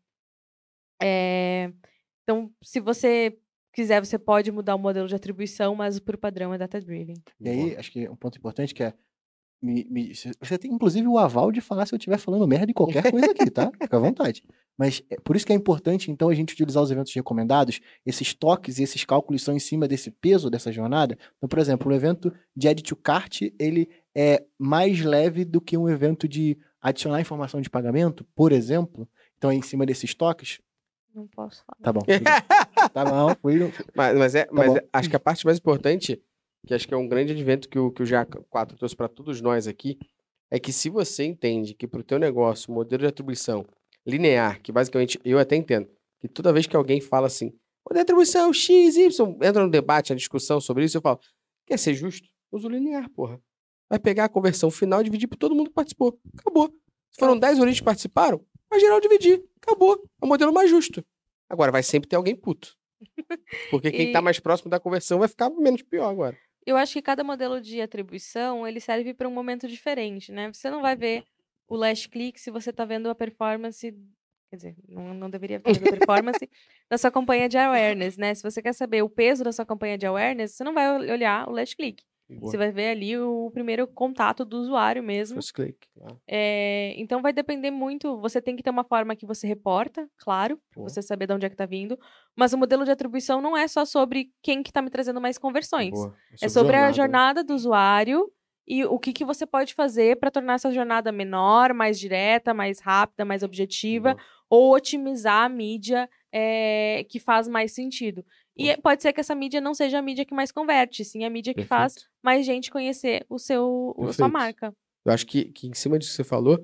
Então, se você quiser, você pode mudar o modelo de atribuição, mas por padrão é data-driven. E aí, acho que um ponto importante que é você tem, inclusive, o aval de falar se eu estiver falando merda de qualquer coisa aqui, tá? Fica à vontade. Mas por isso que é importante, então, a gente utilizar os eventos recomendados. Esses toques e esses cálculos são em cima desse peso dessa jornada. Então, por exemplo, o evento de Add to Cart, ele é mais leve do que um evento de adicionar informação de pagamento, por exemplo. Então, é em cima desses toques. Não posso falar. Tá bom. Tá bom, Mas acho que a parte mais importante, que acho que é um grande advento que o GA4 trouxe para todos nós aqui, é que se você entende que para o teu negócio, o modelo de atribuição linear, que basicamente eu até entendo, que toda vez que alguém fala assim, modelo de atribuição X, Y, entra no debate, na discussão sobre isso, eu falo, quer ser justo? Usa o linear, porra. Vai pegar a conversão final e dividir por todo mundo que participou. Acabou. Se foram 10 origens que participaram, vai geral dividir. Acabou. É o modelo mais justo. Agora, vai sempre ter alguém puto. Porque quem tá mais próximo da conversão vai ficar menos pior agora. Eu acho que cada modelo de atribuição, ele serve para um momento diferente, né? Você não vai ver o last click se você tá vendo a performance, quer dizer, não deveria estar vendo a performance da sua campanha de awareness, né? Se você quer saber o peso da sua campanha de awareness, você não vai olhar o last click. Boa. Você vai ver ali o primeiro contato do usuário mesmo. First click. Então vai depender muito. Você tem que ter uma forma que você reporta, claro, para você saber de onde é que tá vindo. Mas o modelo de atribuição não é só sobre quem que tá me trazendo mais conversões. Boa. É sobre a jornada do usuário e o que você pode fazer para tornar essa jornada menor, mais direta, mais rápida, mais objetiva, ou otimizar a mídia que faz mais sentido. E pode ser que essa mídia não seja a mídia que mais converte, sim a mídia que faz mais gente conhecer a sua marca. Eu acho que em cima disso que você falou,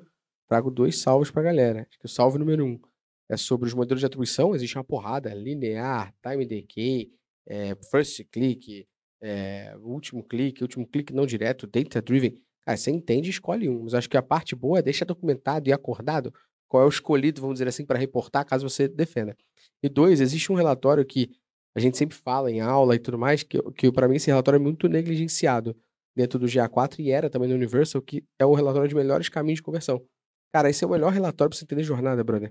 trago 2 salvos pra galera. Acho que o salve número 1 é sobre os modelos de atribuição. Existe uma porrada, linear, time decay, first click, último clique não direto, data driven. Cara, você entende e escolhe um. Mas acho que a parte boa é deixar documentado e acordado qual é o escolhido, vamos dizer assim, para reportar caso você defenda. E 2, existe um relatório que a gente sempre fala em aula e tudo mais, que para mim esse relatório é muito negligenciado dentro do GA4 e era também no Universal, que é o relatório de melhores caminhos de conversão. Cara, esse é o melhor relatório para você entender jornada, brother.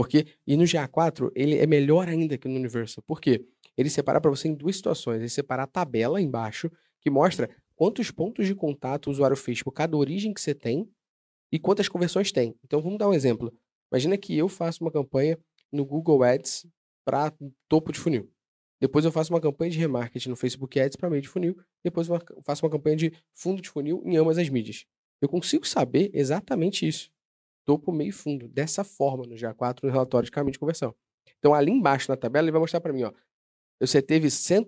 E no GA4, ele é melhor ainda que no Universal. Por quê? Ele separa para você em 2 situações. Ele separa a tabela embaixo, que mostra quantos pontos de contato o usuário fez por cada origem que você tem e quantas conversões tem. Então, vamos dar um exemplo. Imagina que eu faço uma campanha no Google Ads para topo de funil. Depois eu faço uma campanha de remarketing no Facebook Ads para meio de funil. Depois eu faço uma campanha de fundo de funil em ambas as mídias. Eu consigo saber exatamente isso. Topo, meio e fundo. Dessa forma no GA4, no relatório de caminho de conversão. Então, ali embaixo na tabela, ele vai mostrar para mim, ó. Você teve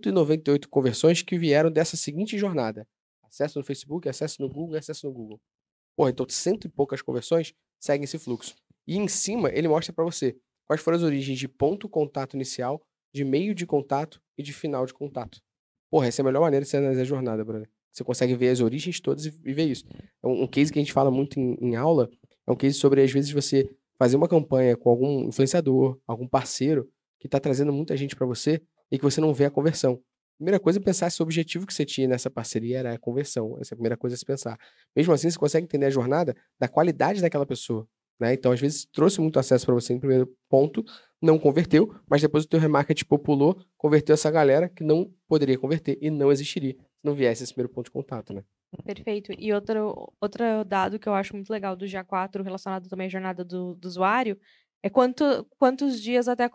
198 conversões que vieram dessa seguinte jornada. Acesso no Facebook, acesso no Google, acesso no Google. Porra, então 100 e poucas conversões seguem esse fluxo. E em cima, ele mostra para você quais foram as origens de ponto contato inicial, de meio de contato e de final de contato. Porra, essa é a melhor maneira de você analisar a jornada, brother. Você consegue ver as origens todas e ver isso. É um case que a gente fala muito em aula, é um case sobre, às vezes, você fazer uma campanha com algum influenciador, algum parceiro, que está trazendo muita gente para você e que você não vê a conversão. Primeira coisa é pensar se o objetivo que você tinha nessa parceria era a conversão. Essa é a primeira coisa a se pensar. Mesmo assim, você consegue entender a jornada da qualidade daquela pessoa. Né? Então, às vezes, trouxe muito acesso para você em primeiro ponto, não converteu, mas depois o teu remarketing populou, converteu essa galera que não poderia converter e não existiria se não viesse esse primeiro ponto de contato, né? Perfeito. E outro dado que eu acho muito legal do GA4, relacionado também à jornada do usuário, é quantos dias até a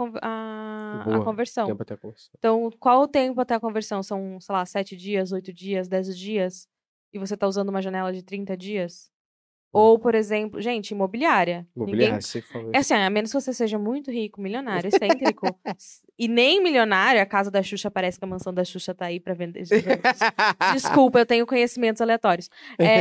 conversão. Tempo até a conversão. Então, qual o tempo até a conversão? São, sei lá, 7 dias, 8 dias, 10 dias? E você está usando uma janela de 30 dias? Ou, por exemplo, gente, imobiliária. Imobiliária, você falou. É assim, a menos que você seja muito rico, milionário, excêntrico, e nem milionário, a casa da Xuxa parece que a mansão da Xuxa tá aí pra vender. Desculpa, eu tenho conhecimentos aleatórios.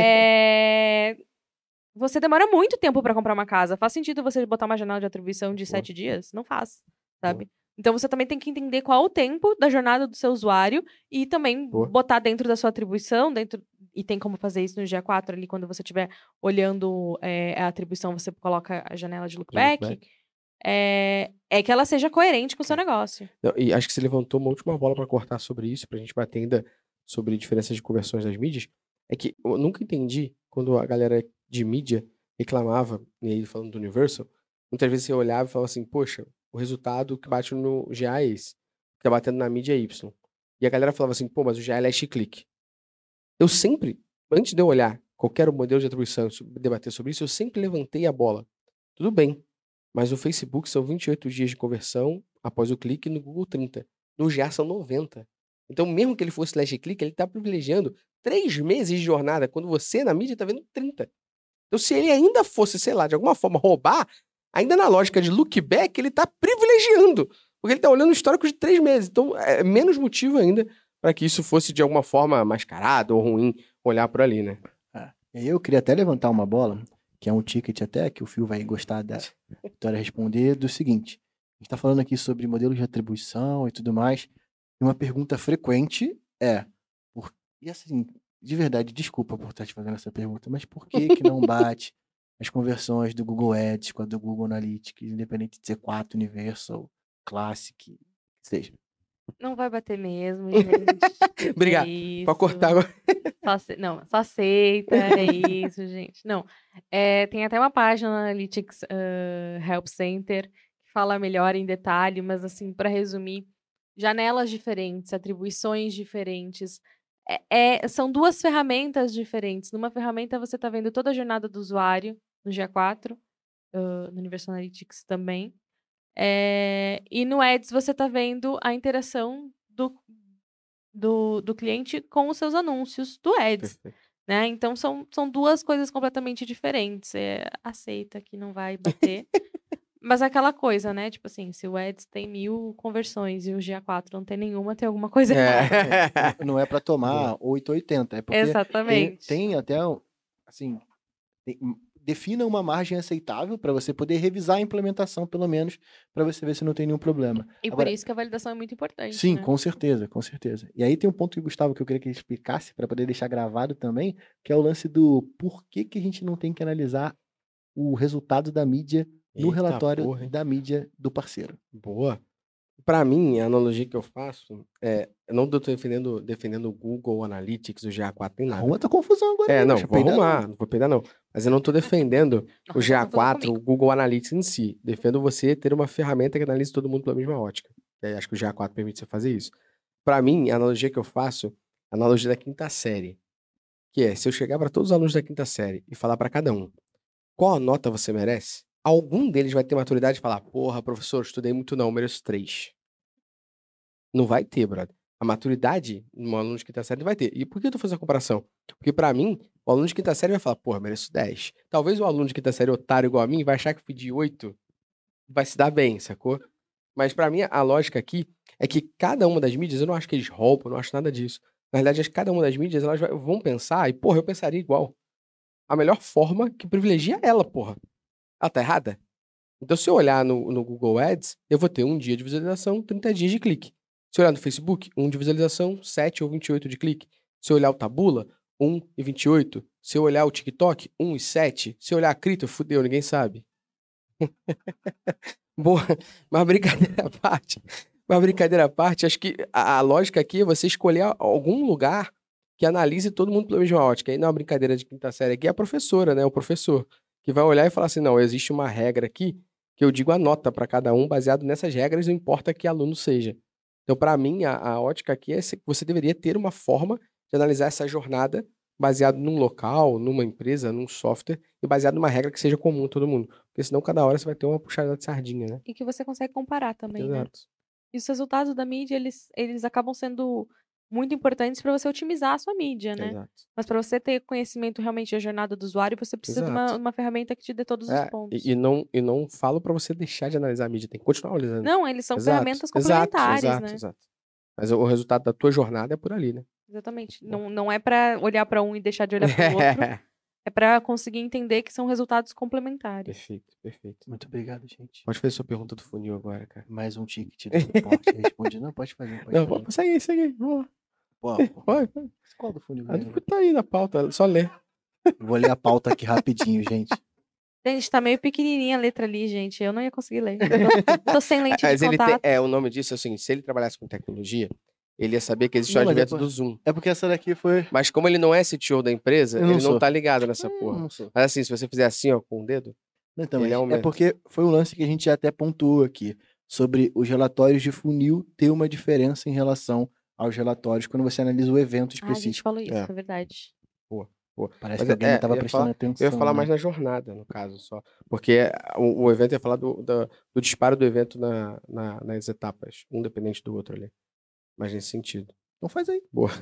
Você demora muito tempo pra comprar uma casa. Faz sentido você botar uma janela de atribuição de 7 dias? Não faz, sabe? Então você também tem que entender qual o tempo da jornada do seu usuário e também botar dentro da sua atribuição, e tem como fazer isso no GA4 ali, quando você estiver olhando a atribuição, você coloca a janela de lookback. É que ela seja coerente com o seu negócio. Não, e acho que você levantou uma última bola para cortar sobre isso, pra gente bater ainda sobre diferenças de conversões das mídias. É que eu nunca entendi quando a galera de mídia reclamava, e aí falando do Universal, muitas vezes você olhava e falava assim, poxa, o resultado que bate no GA é esse, que tá batendo na mídia é Y. E a galera falava assim, pô, mas o GA é last click. Eu sempre, antes de eu olhar qualquer modelo de atribuição e debater sobre isso, eu sempre levantei a bola. Tudo bem, mas no Facebook são 28 dias de conversão após o clique, no Google 30. No GA são 90. Então, mesmo que ele fosse last click, ele está privilegiando 3 meses de jornada, quando você, na mídia, está vendo 30. Então, se ele ainda fosse, sei lá, de alguma forma roubar, ainda na lógica de look back, ele está privilegiando. Porque ele está olhando o histórico de 3 meses. Então, é menos motivo ainda para que isso fosse, de alguma forma, mascarado ou ruim olhar por ali, né? E aí eu queria até levantar uma bola, que é um ticket até, que o Phil vai gostar da Vitória responder, do seguinte. A gente está falando aqui sobre modelos de atribuição e tudo mais, e uma pergunta frequente e assim, de verdade, desculpa por estar te fazendo essa pergunta, mas por que não bate as conversões do Google Ads com a do Google Analytics, independente de ser 4, Universal, Classic, que seja? Não vai bater mesmo, gente. Obrigado. Pode cortar agora. Só aceita, é isso, gente. Não, tem até uma página no Analytics Help Center que fala melhor em detalhe, mas assim, para resumir, janelas diferentes, atribuições diferentes, são 2 ferramentas diferentes. Numa ferramenta você está vendo toda a jornada do usuário, no GA4, no Universal Analytics também. E no Ads você está vendo a interação do cliente com os seus anúncios do Ads. Né? Então, são 2 coisas completamente diferentes. Aceita que não vai bater. Mas aquela coisa, né? Tipo assim, se o Ads tem 1000 conversões e o GA4 não tem nenhuma, tem alguma coisa errada. Não é para tomar 880. É porque Exatamente. tem até, assim, defina uma margem aceitável para você poder revisar a implementação, pelo menos, para você ver se não tem nenhum problema. E por Agora, isso que a validação é muito importante, sim, né? com certeza, com certeza. E aí tem um ponto que, Gustavo, que eu queria que ele explicasse para poder deixar gravado também, que é o lance do por que que a gente não tem que analisar o resultado da mídia no Eita relatório porra, hein? da mídia do parceiro. Boa. Pra mim, a analogia que eu faço eu não tô defendendo o Google Analytics, o GA4, nem nada. Arruma tua confusão agora aí, Não, bicho, vou peidar não. arrumar, não vou peidar não. Mas eu não tô defendendo o Arruma confusão GA4, comigo. o Google Analytics em si. Defendo você ter uma ferramenta que analise todo mundo pela mesma ótica. E aí, acho que o GA4 permite você fazer isso. Pra mim, a analogia que eu faço, a analogia da quinta série, que é, se eu chegar pra todos os alunos da quinta série e falar pra cada um, qual a nota você merece? Algum deles vai ter maturidade de falar, porra, professor, estudei muito não, mereço 3. Não vai ter, brother. A maturidade, um aluno de quinta série vai ter. E por que eu tô fazendo a comparação? Porque pra mim, o aluno de quinta série vai falar, porra, mereço 10. Talvez o aluno de quinta série otário igual a mim vai achar que pedir 8 vai se dar bem, sacou? Mas pra mim, a lógica aqui é que cada uma das mídias, eu não acho que eles roubam, eu não acho nada disso. Na realidade, acho que cada uma das mídias, elas vão pensar, e porra, eu pensaria igual. A melhor forma que privilegia ela, porra. Ela tá errada? Então, se eu olhar no Google Ads, eu vou ter 1 dia de visualização, 30 dias de clique. Se eu olhar no Facebook, 1 de visualização, 7 ou 28 de clique. Se eu olhar o Taboola, 1 e 28. Se eu olhar o TikTok, 1 e 7. Se eu olhar a Crito, fudeu, ninguém sabe. Boa, mas brincadeira à parte, acho que a lógica aqui é você escolher algum lugar que analise todo mundo pela mesma ótica. Aí não é uma brincadeira de quinta série aqui, é a professora, né? O professor, que vai olhar e falar assim, não, existe uma regra aqui que eu digo a nota para cada um, baseado nessas regras, não importa que aluno seja. Então, para mim, a ótica aqui é que você deveria ter uma forma de analisar essa jornada baseado num local, numa empresa, num software, e baseado numa regra que seja comum a todo mundo. Porque senão, cada hora você vai ter uma puxada de sardinha, né? E que você consegue comparar também, né? Exato. E os resultados da mídia, eles acabam sendo muito importantes para você otimizar a sua mídia, né? Exato. Mas para você ter conhecimento realmente da jornada do usuário, você precisa de Exato. uma ferramenta que te dê todos os pontos. E não falo pra você deixar de analisar a mídia, tem que continuar analisando. Não, eles são Exato, ferramentas complementares, exato, né? exato. Mas o resultado da tua jornada é por ali, né? Exatamente. Não é para olhar para um e deixar de olhar para o outro. É para conseguir entender que são resultados complementares. Perfeito, perfeito. Muito obrigado, gente. Pode fazer sua pergunta do funil agora, cara. Mais um ticket do suporte. Responde. Não, pode fazer. Pode Não, fazer. vamos segue. Vamos lá. Pô, Vai. qual do funil? Tá aí na pauta, só ler. Vou ler a pauta aqui rapidinho, gente. Gente, tá meio pequenininha a letra ali, gente. Eu não ia conseguir ler. Tô sem lente Mas de contato. o nome disso é o seguinte, se ele trabalhasse com tecnologia, ele ia saber que existe o Não, mas advento do Zoom. É porque essa daqui foi... Mas como ele não é CTO da empresa, Eu não ele não sou. tá ligado nessa porra. Não sou. Mas assim, se você fizer assim, ó, com o dedo, Então, ele mas aumenta. é porque foi um lance que a gente já até pontuou aqui, sobre os relatórios de funil ter uma diferença em relação aos relatórios quando você analisa o evento Ah, a específico. gente falou isso, É. é verdade. Pô. Parece Mas que alguém não estava eu ia prestando falar- atenção. Eu ia falar né? mais na jornada, no caso, só. Porque o evento ia falar do disparo do evento nas etapas, um dependente do outro ali. Mas nesse sentido. Então faz aí. Boa.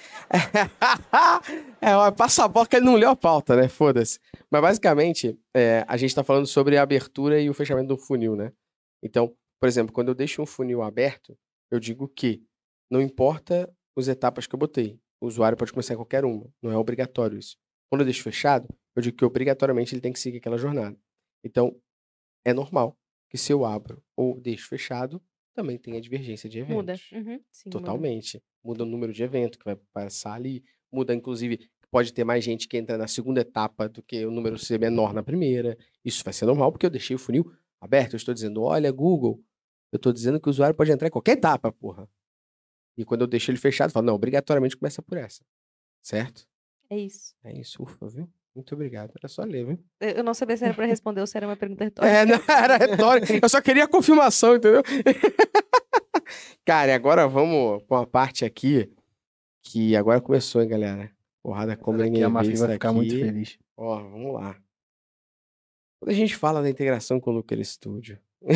Ó, passa a bola que ele não leu a pauta, né? Foda-se. Mas basicamente, a gente tá falando sobre a abertura e o fechamento do funil, né? Então, por exemplo, quando eu deixo um funil aberto, eu digo que não importa as etapas que eu botei. O usuário pode começar em qualquer uma. Não é obrigatório isso. Quando eu deixo fechado, eu digo que obrigatoriamente ele tem que seguir aquela jornada. Então, é normal que se eu abro ou deixo fechado, também tenha divergência de eventos. Muda. Uhum, sim, muda. Totalmente. Muda o número de evento que vai passar ali. Muda, inclusive, pode ter mais gente que entra na segunda etapa do que o número ser menor na primeira. Isso vai ser normal porque eu deixei o funil aberto. Eu estou dizendo, olha, Google, eu estou dizendo que o usuário pode entrar em qualquer etapa, porra. E quando eu deixo ele fechado, eu falo, não, obrigatoriamente começa por essa. Certo? É isso. É isso, ufa, viu? Muito obrigado. Era só ler, viu? Eu não sabia se era pra responder ou se era uma pergunta retórica. Não, era retórica. Eu só queria a confirmação, entendeu? Cara, e agora vamos pra uma parte aqui que agora começou, hein, galera? Porrada como Essa daqui ninguém a vê Mafi isso vai ficar muito daqui. feliz. Ó, vamos lá. Quando a gente fala da integração com o Looker Studio.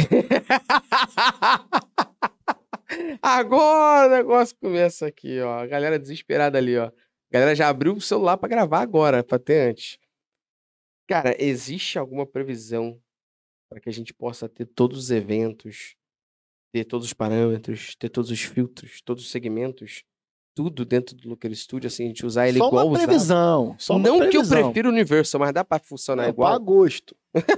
Agora o negócio começa aqui, ó. A galera desesperada ali, ó. A galera já abriu o celular pra gravar agora, pra ter antes. Cara, existe alguma previsão para que a gente possa ter todos os eventos, ter todos os parâmetros, ter todos os filtros, todos os segmentos tudo dentro do Looker Studio, assim, a gente usar ele Só igual uma usar. previsão. Só uma Não que eu previsão. prefiro o Universal, mas dá pra funcionar Não, igual. pra agosto.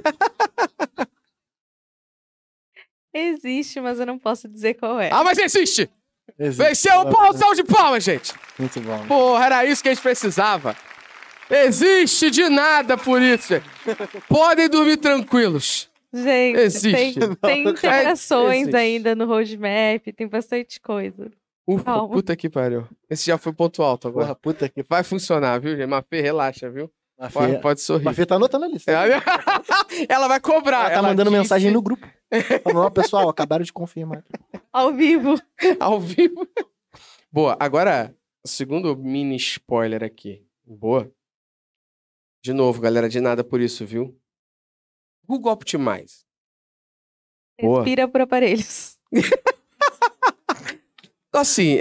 Existe, mas eu não posso dizer qual é. Ah, mas existe! Existe. Venceu o pulsão de palmas, gente! Muito bom. Porra, era isso que a gente precisava. Existe de nada por isso, gente. Podem dormir tranquilos. Gente, Existe. tem integrações existe. ainda no roadmap, tem bastante coisa. Ufa, Calma. puta que pariu. Esse já foi ponto alto agora. Porra, puta que... Vai funcionar, viu, gente? Mafê, relaxa, viu? Pode sorrir. Mafê tá anotando a lista. Ela vai cobrar. Ela tá mandando disse mensagem no grupo. Falando, ó, pessoal, acabaram de confirmar. Ao vivo. ao vivo. Boa, agora, o segundo mini spoiler aqui. Boa. De novo, galera, de nada por isso, viu? Google Optimize. Boa. Respira por aparelhos. Então, assim,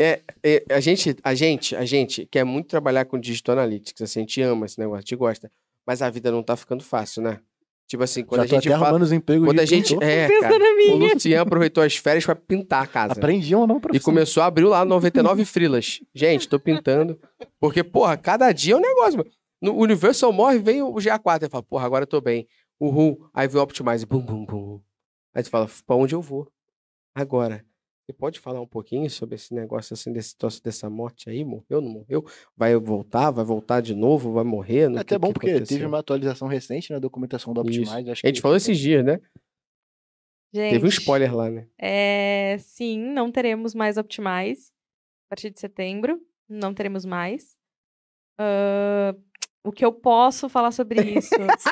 a gente quer muito trabalhar com Digital Analytics, assim, a gente ama esse negócio, a gente gosta, mas a vida não tá ficando fácil, né? Tipo assim, quando Já a tô gente até arrumando os empregos quando de a gente, pintor. Pensa cara, na minha. o Luciano aproveitou as férias pra pintar a casa. Aprendi uma nova E profissão. começou a abrir lá 99 frilas. Gente, tô pintando. Porque, porra, cada dia é um negócio, mano. No Universal morre, vem o GA4. Aí fala, porra, agora eu tô bem. Uhul. Aí vem o Optimize. Bum, bum, bum. Aí tu fala, pra onde eu vou? Agora, você pode falar um pouquinho sobre esse negócio, assim, dessa morte aí? Morreu, não morreu? Vai voltar de novo? Vai morrer? É até bom porque teve uma atualização recente na documentação do Optimize. Acho A gente falou esses dias, né? Gente, Teve um spoiler lá, né? Sim, não teremos mais Optimize. A partir de setembro, não teremos mais. O que eu posso falar sobre isso?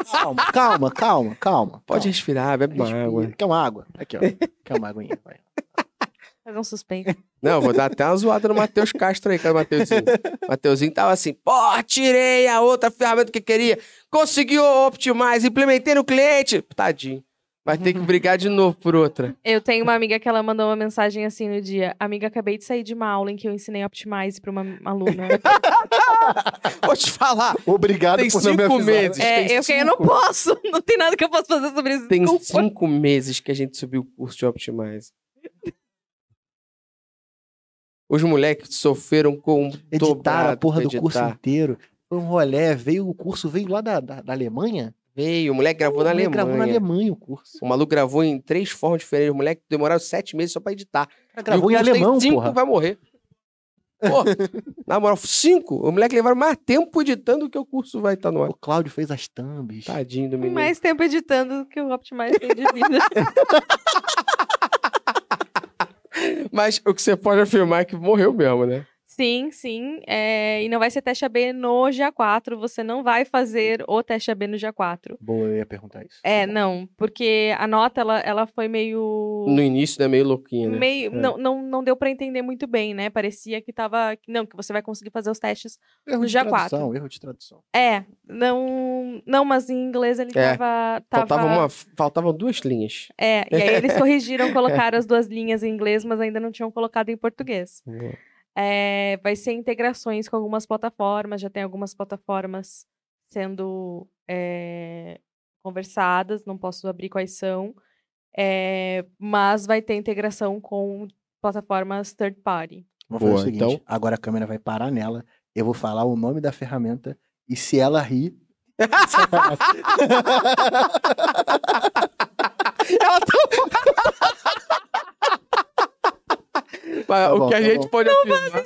Calma. Pode respirar, bebe uma água. Quer uma água? Aqui, ó. Quer uma aguinha? Vai. Fazer um suspense. Não, vou dar até uma zoada no Matheus Castro aí, cara, Mateuzinho. Mateuzinho tava assim, porra, tirei a outra ferramenta que queria, consegui o Optimize, implementei no cliente. Tadinho. Vai ter que brigar de novo por outra. Eu tenho uma amiga que ela mandou uma mensagem assim no dia. Amiga, acabei de sair de uma aula em que eu ensinei Optimize pra uma aluna. Vou te falar. Obrigado Tem por não me 5 avisar. meses. Eu não posso. Não tem nada que eu possa fazer sobre isso. Tem Desculpa. 5 meses que a gente subiu o curso de Optimize. Os moleques sofreram com Editaram a porra do pra curso editar. inteiro. Foi um rolê. O curso veio lá da Alemanha? Veio, o moleque gravou na O moleque Alemanha. Gravou na Alemanha o curso. O maluco gravou em 3 formas diferentes. O moleque demoraram 7 meses só pra editar. O cara gravou E em o curso alemão, tem 5 porra. vai morrer. Pô, na moral, 5. O moleque levaram mais tempo editando que o curso vai estar no ar. O Cláudio fez as thumbs. Tadinho do Tem menino. mais tempo editando do que o Optimize tem de vida. Mas o que você pode afirmar é que morreu mesmo, né? Sim. E não vai ser teste AB no GA4. Você não vai fazer o teste AB no GA4. Boa, eu ia perguntar isso. Não. Porque a nota, ela foi meio... No início, né? Meio louquinha, né? Não deu pra entender muito bem, né? Parecia que tava... Não, que você vai conseguir fazer os testes Erro no de GA4. tradução, erro de tradução. Não, mas em inglês ele tava... Faltavam 2 linhas. E aí eles corrigiram, colocaram as 2 linhas em inglês, mas ainda não tinham colocado em português. Vai ser integrações com algumas plataformas, já tem algumas plataformas sendo conversadas, não posso abrir quais são, mas vai ter integração com plataformas third party. Vamos fazer o Boa, seguinte, então- agora a câmera vai parar nela, eu vou falar o nome da ferramenta e se ela rir... Ela tá... Mas Tá o bom, que a tá gente bom. pode afirmar...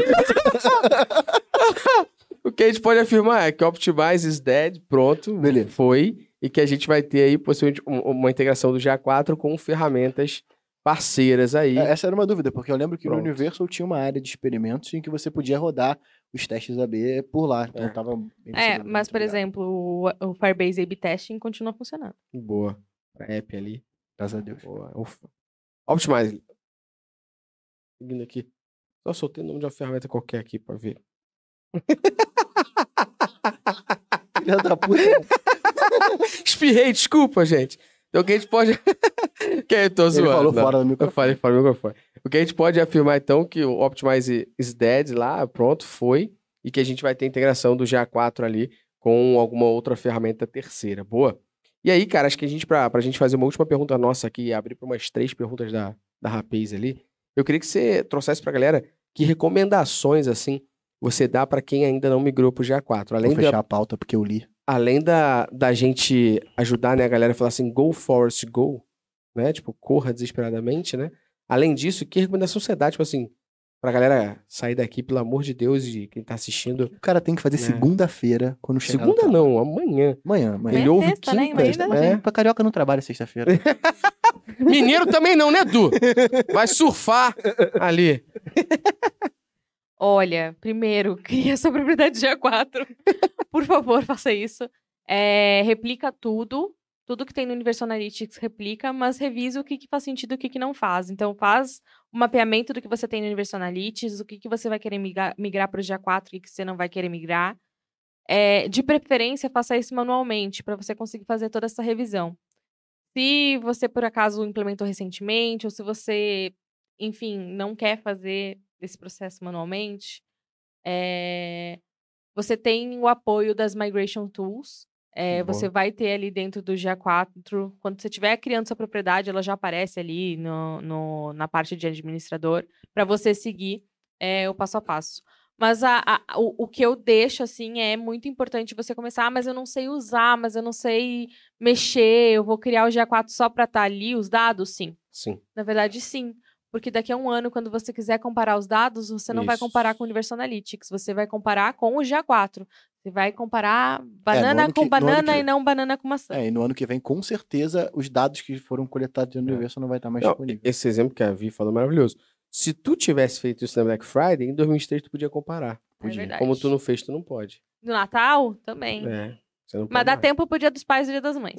O que a gente pode afirmar é que Optimize is dead, pronto, Beleza. foi, e que a gente vai ter aí possivelmente uma integração do GA4 com ferramentas parceiras aí. Essa era uma dúvida, porque eu lembro que Pronto. no Universal tinha uma área de experimentos em que você podia rodar os testes AB por lá. Então tava bem seguro, Mas, muito por ligado. exemplo, o Firebase A/B Testing continua funcionando. Boa. Pra app ali. Graças a Deus. Boa. Ufa. Optimize. Seguindo aqui. Só soltei o nome de uma ferramenta qualquer aqui pra ver. Filha da puta. Espirrei, desculpa, gente. Então o que a gente pode... que eu tô Ele zoando. falou não. fora do Eu microfone. falei fora do microfone. O que a gente pode afirmar, então, que o Optimize is dead lá, pronto, foi, e que a gente vai ter integração do GA4 ali com alguma outra ferramenta terceira. Boa? E aí, cara, acho que a gente, pra gente fazer uma última pergunta nossa aqui, abrir para umas 3 perguntas da Rapaz ali, eu queria que você trouxesse pra galera Que recomendações, assim, você dá para quem ainda não migrou pro GA4? Vou fechar a pauta porque eu li. Além da gente ajudar, né, a galera a falar assim, go Forrest, go, né? Tipo, corra desesperadamente, né? Além disso, que recomendação você dá, tipo assim, pra galera sair daqui, pelo amor de Deus, e quem tá assistindo... O cara tem que fazer segunda-feira, quando chegar no Segunda trabalho. não, amanhã. Amanhã. Ele É ouve sexta, né, quinta. ainda? Mas pra carioca não trabalha sexta-feira. Mineiro também não, né, Du? Vai surfar ali. Olha, primeiro, cria sua propriedade de GA4. Por favor, faça isso. Replica tudo. Tudo que tem no Universal Analytics replica, mas revisa o que faz sentido e o que não faz. Então, faz o mapeamento do que você tem no Universal Analytics, o que você vai querer migrar para o GA4 e o que você não vai querer migrar. De preferência, faça isso manualmente, para você conseguir fazer toda essa revisão. Se você, por acaso, implementou recentemente, ou se você, enfim, não quer fazer esse processo manualmente, você tem o apoio das Migration Tools. Você vai ter ali dentro do GA4, quando você estiver criando sua propriedade, ela já aparece ali na parte de administrador, para você seguir o passo a passo. Mas o que eu deixo, assim, é muito importante você começar, mas eu não sei usar, mas eu não sei mexer, eu vou criar o GA4 só para estar ali, os dados? Sim. Sim. Na verdade, sim. Porque daqui a um ano, quando você quiser comparar os dados, você não vai comparar com o Universal Analytics, você vai comparar com o GA4. Você vai comparar banana com banana e não banana com maçã. E no ano que vem, com certeza, os dados que foram coletados no Universal não vai estar mais disponível. Esse exemplo que a Vi falou é maravilhoso. Se tu tivesse feito isso na Black Friday, em 2023 tu podia comparar. Verdade. Como tu não fez, tu não pode. No Natal, também. Você não pode Mas dá mais. tempo pro Dia dos Pais e Dia das Mães.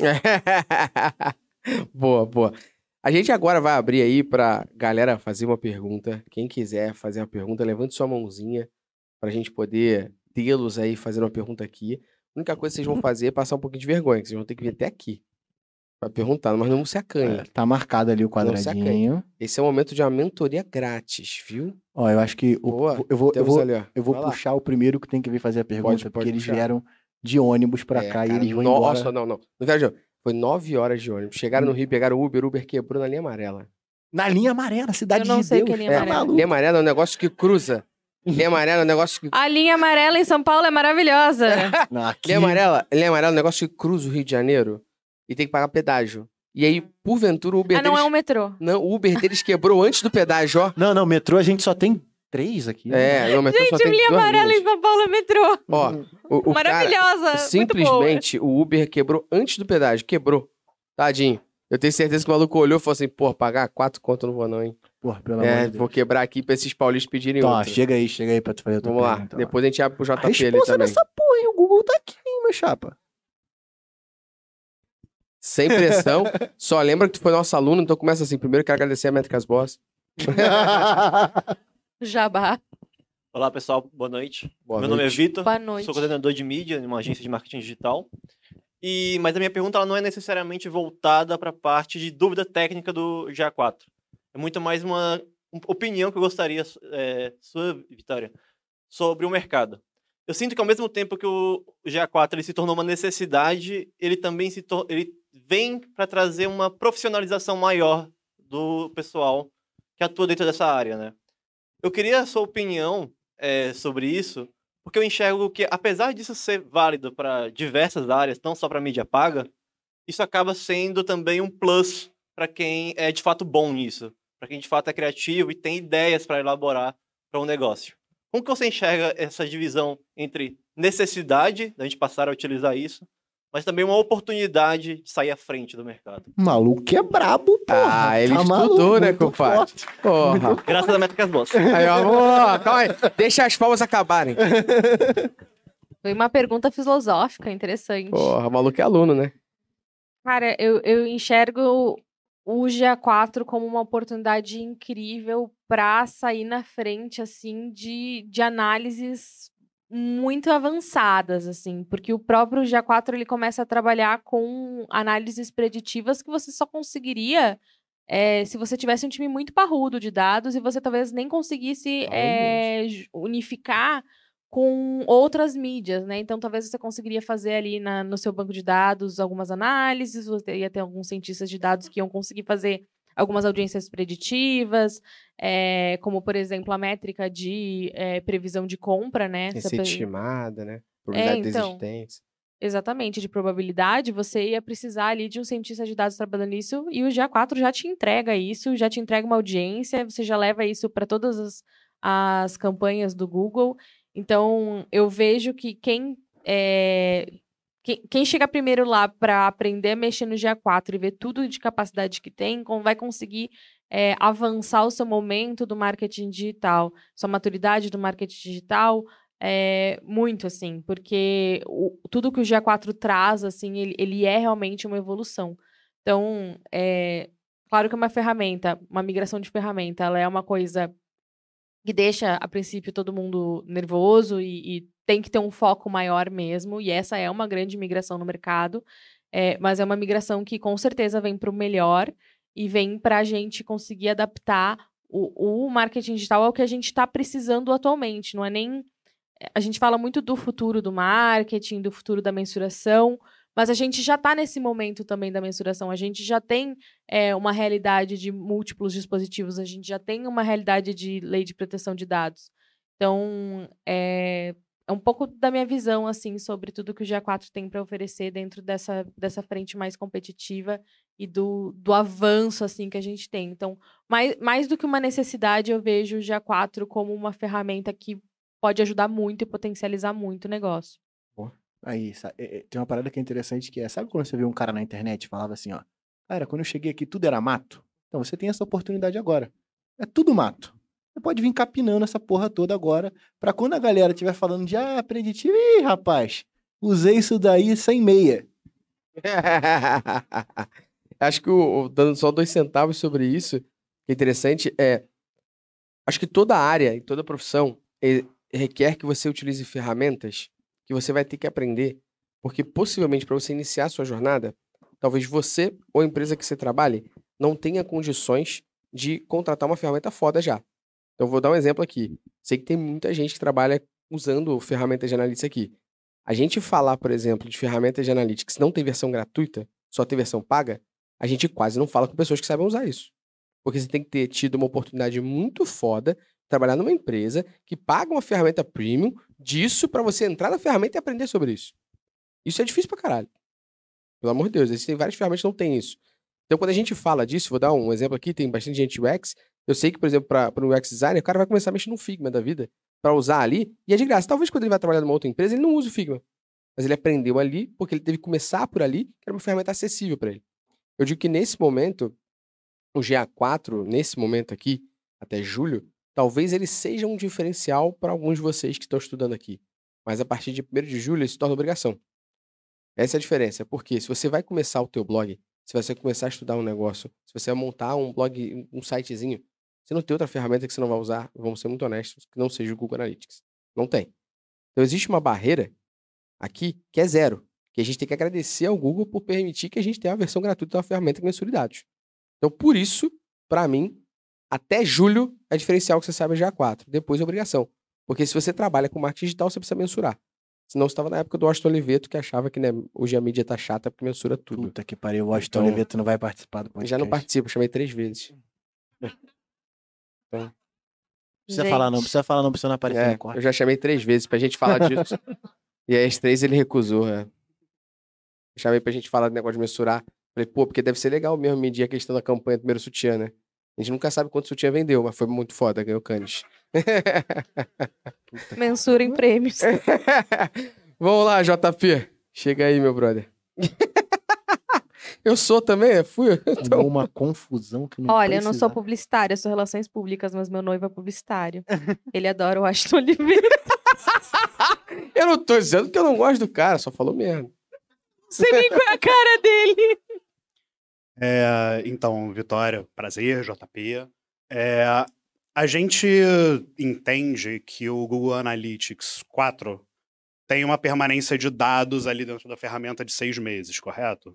Boa, boa. A gente agora vai abrir aí pra galera fazer uma pergunta. Quem quiser fazer uma pergunta, levante sua mãozinha pra gente poder tê-los aí fazendo uma pergunta aqui. A única coisa que vocês vão fazer é passar um pouquinho de vergonha, que vocês vão ter que vir até aqui pra perguntar, mas não se acanhem. Tá marcado ali o quadradinho. Esse é o momento de uma mentoria grátis, viu? Ó, eu acho que Boa. eu vou Ali, ó. eu vou Vai lá. puxar o primeiro que tem que vir fazer a pergunta, Pode porque eles puxar. vieram de ônibus pra cá e cara, eles vão embora. Nossa, não. Não quero de Foi 9 horas de ônibus. Chegaram no Rio, pegaram o Uber quebrou na linha amarela. Na linha amarela, cidade Eu não de sei o Deus. que é linha amarela. maluco. Linha amarela é um negócio que cruza. Linha amarela é um negócio que... A linha amarela em São Paulo é maravilhosa. Não, aqui... Linha amarela é um negócio que cruza o Rio de Janeiro e tem que pagar pedágio. E aí, porventura, o Uber Não deles... é um metrô. Não, o Uber deles quebrou antes do pedágio, ó. Não, metrô a gente só tem 3 aqui. Não, metrô só Gente, tem linha 2 amarela linhas. em São Paulo é metrô. Ó, o cara, Maravilhosa. simplesmente, o Uber quebrou antes do pedágio. Quebrou. Tadinho. Eu tenho certeza que o maluco olhou e falou assim, pô, pagar 4 conto eu não vou não, hein. Porra, pelo amor de Deus. Vou quebrar aqui pra esses paulistas pedirem Então, ó, outra. chega aí pra tu fazer a tua Vamos lá. pergunta. Depois a gente abre pro JP A ali resposta também. dessa porra, hein? O Google tá aqui, hein, meu chapa. Sem pressão. Só lembra que tu foi nosso aluno, então começa assim. Primeiro quero agradecer a Métricas Boss. Jabá. Olá, pessoal. Boa noite. Boa Meu nome é noite. Vitor. Boa noite. Sou coordenador de mídia em uma agência de marketing digital. Mas a minha pergunta ela não é necessariamente voltada para a parte de dúvida técnica do GA4. É muito mais uma opinião que eu gostaria, sua, Vitória, sobre o mercado. Eu sinto que ao mesmo tempo que o GA4 ele se tornou uma necessidade, ele também ele vem para trazer uma profissionalização maior do pessoal que atua dentro dessa área, né? Eu queria a sua opinião sobre isso, porque eu enxergo que, apesar disso ser válido para diversas áreas, não só para mídia paga, isso acaba sendo também um plus para quem é de fato bom nisso, para quem de fato é criativo e tem ideias para elaborar para um negócio. Como que você enxerga essa divisão entre necessidade da gente passar a utilizar isso, mas também uma oportunidade de sair à frente do mercado? O maluco é brabo, porra. Ele Tá estudou, maluco, né, muito compadre? forte. Porra. Graças a Métricas Boss. Aí, ó, calma aí. Deixa as palmas acabarem. Foi uma pergunta filosófica interessante. Porra, o maluco é aluno, né? Cara, eu enxergo o GA4 como uma oportunidade incrível para sair na frente, assim, de análises muito avançadas, assim, porque o próprio GA4 ele começa a trabalhar com análises preditivas que você só conseguiria se você tivesse um time muito parrudo de dados e você talvez nem conseguisse unificar com outras mídias, né? Então, talvez você conseguiria fazer ali no seu banco de dados algumas análises, você ia ter alguns cientistas de dados que iam conseguir fazer algumas audiências preditivas, como, por exemplo, a métrica de previsão de compra, né? Receita estimada, né? Probabilidade de então, existência. Exatamente, de probabilidade, você ia precisar ali de um cientista de dados trabalhando nisso, e o GA4 já te entrega isso, já te entrega uma audiência, você já leva isso para todas as campanhas do Google. Então, eu vejo que quem chega primeiro lá para aprender a mexer no GA4 e ver tudo de capacidade que tem, vai conseguir avançar o seu momento do marketing digital, sua maturidade do marketing digital, muito, assim, porque tudo que o GA4 traz, assim, ele é realmente uma evolução. Então, claro que é uma ferramenta, uma migração de ferramenta, ela é uma coisa que deixa, a princípio, todo mundo nervoso e tem que ter um foco maior mesmo, e essa é uma grande migração no mercado, mas é uma migração que, com certeza, vem para o melhor e vem para a gente conseguir adaptar o marketing digital ao que a gente está precisando atualmente, não é nem... A gente fala muito do futuro do marketing, do futuro da mensuração, mas a gente já está nesse momento também da mensuração. A gente já tem uma realidade de múltiplos dispositivos, a gente já tem uma realidade de lei de proteção de dados. Então, é um pouco da minha visão assim sobre tudo que o GA4 tem para oferecer dentro dessa frente mais competitiva e do avanço assim que a gente tem. Então, mais do que uma necessidade, eu vejo o GA4 como uma ferramenta que pode ajudar muito e potencializar muito o negócio. Aí, tem uma parada que é interessante que sabe quando você vê um cara na internet e falava assim, ó, cara, quando eu cheguei aqui tudo era mato? Então você tem essa oportunidade agora. É tudo mato. Você pode vir capinando essa porra toda agora, pra quando a galera estiver falando de preditivo, ih, rapaz, usei isso daí sem meia. Acho que dando só 2 centavos sobre isso, que é interessante, acho que toda área e toda profissão requer que você utilize ferramentas que você vai ter que aprender, porque possivelmente para você iniciar a sua jornada, talvez você ou a empresa que você trabalhe não tenha condições de contratar uma ferramenta foda já. Então vou dar um exemplo aqui. Sei que tem muita gente que trabalha usando ferramentas de analytics aqui. A gente falar, por exemplo, de ferramentas de analytics que não tem versão gratuita, só tem versão paga, a gente quase não fala com pessoas que sabem usar isso. Porque você tem que ter tido uma oportunidade muito foda, trabalhar numa empresa que paga uma ferramenta premium disso pra você entrar na ferramenta e aprender sobre isso. Isso é difícil pra caralho. Pelo amor de Deus, existem várias ferramentas que não tem isso. Então, quando a gente fala disso, vou dar um exemplo aqui, tem bastante gente UX. Eu sei que, por exemplo, para um UX designer, o cara vai começar a mexer no Figma da vida pra usar ali, e é de graça. Talvez quando ele vai trabalhar numa outra empresa, ele não use o Figma. Mas ele aprendeu ali, porque ele teve que começar por ali, que era uma ferramenta acessível pra ele. Eu digo que nesse momento, o GA4, nesse momento aqui, até julho, talvez ele seja um diferencial para alguns de vocês que estão estudando aqui. Mas a partir de 1º de julho, ele se torna obrigação. Essa é a diferença, porque se você vai começar o teu blog, se você começar a estudar um negócio, se você vai montar um blog, um sitezinho, você não tem outra ferramenta que você não vai usar, vamos ser muito honestos, que não seja o Google Analytics. Não tem. Então existe uma barreira aqui que é zero, que a gente tem que agradecer ao Google por permitir que a gente tenha a versão gratuita da ferramenta que mensure dados. Então, por isso, para mim, até julho é diferencial que você saiba GA4. Depois é obrigação. Porque se você trabalha com marketing digital, você precisa mensurar. Senão você estava na época do Washington Oliveto, que achava que, né, hoje a mídia tá chata porque mensura tudo. Puta que pariu, o Washington Oliveto não vai participar do podcast. Já não participo, chamei 3 vezes. Então, precisa falar não, precisa não aparecer no corte. Eu já chamei 3 vezes pra gente falar disso. E aí as 3 ele recusou. Chamei pra gente falar do negócio de mensurar. Falei, pô, porque deve ser legal mesmo medir a questão da campanha do primeiro sutiã, né? A gente nunca sabe quanto sutiã vendeu, mas foi muito foda, ganhou canes. Mensura em prêmios. Vamos lá, JP. Chega aí, meu brother. Eu sou também, fui. Então... Uma confusão que não Olha, eu não sou publicitária, sou relações públicas, mas meu noivo é publicitário. Ele adora o Washington Oliveto. Eu não tô dizendo que eu não gosto do cara, só falou merda. Sei nem qual é a cara dele. Então, Vitória, prazer, JP. A gente entende que o Google Analytics 4 tem uma permanência de dados ali dentro da ferramenta de 6 meses, correto?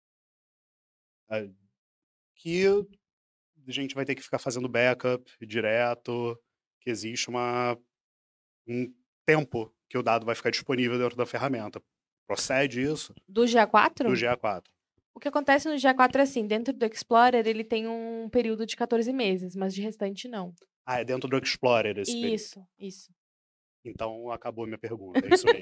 Que a gente vai ter que ficar fazendo backup direto, que existe um tempo que o dado vai ficar disponível dentro da ferramenta. Procede isso? Do GA4? Do GA4. O que acontece no GA4 é assim, dentro do Explorer ele tem um período de 14 meses, mas de restante não. Ah, é dentro do Explorer esse período. Isso. Então acabou a minha pergunta, é isso mesmo.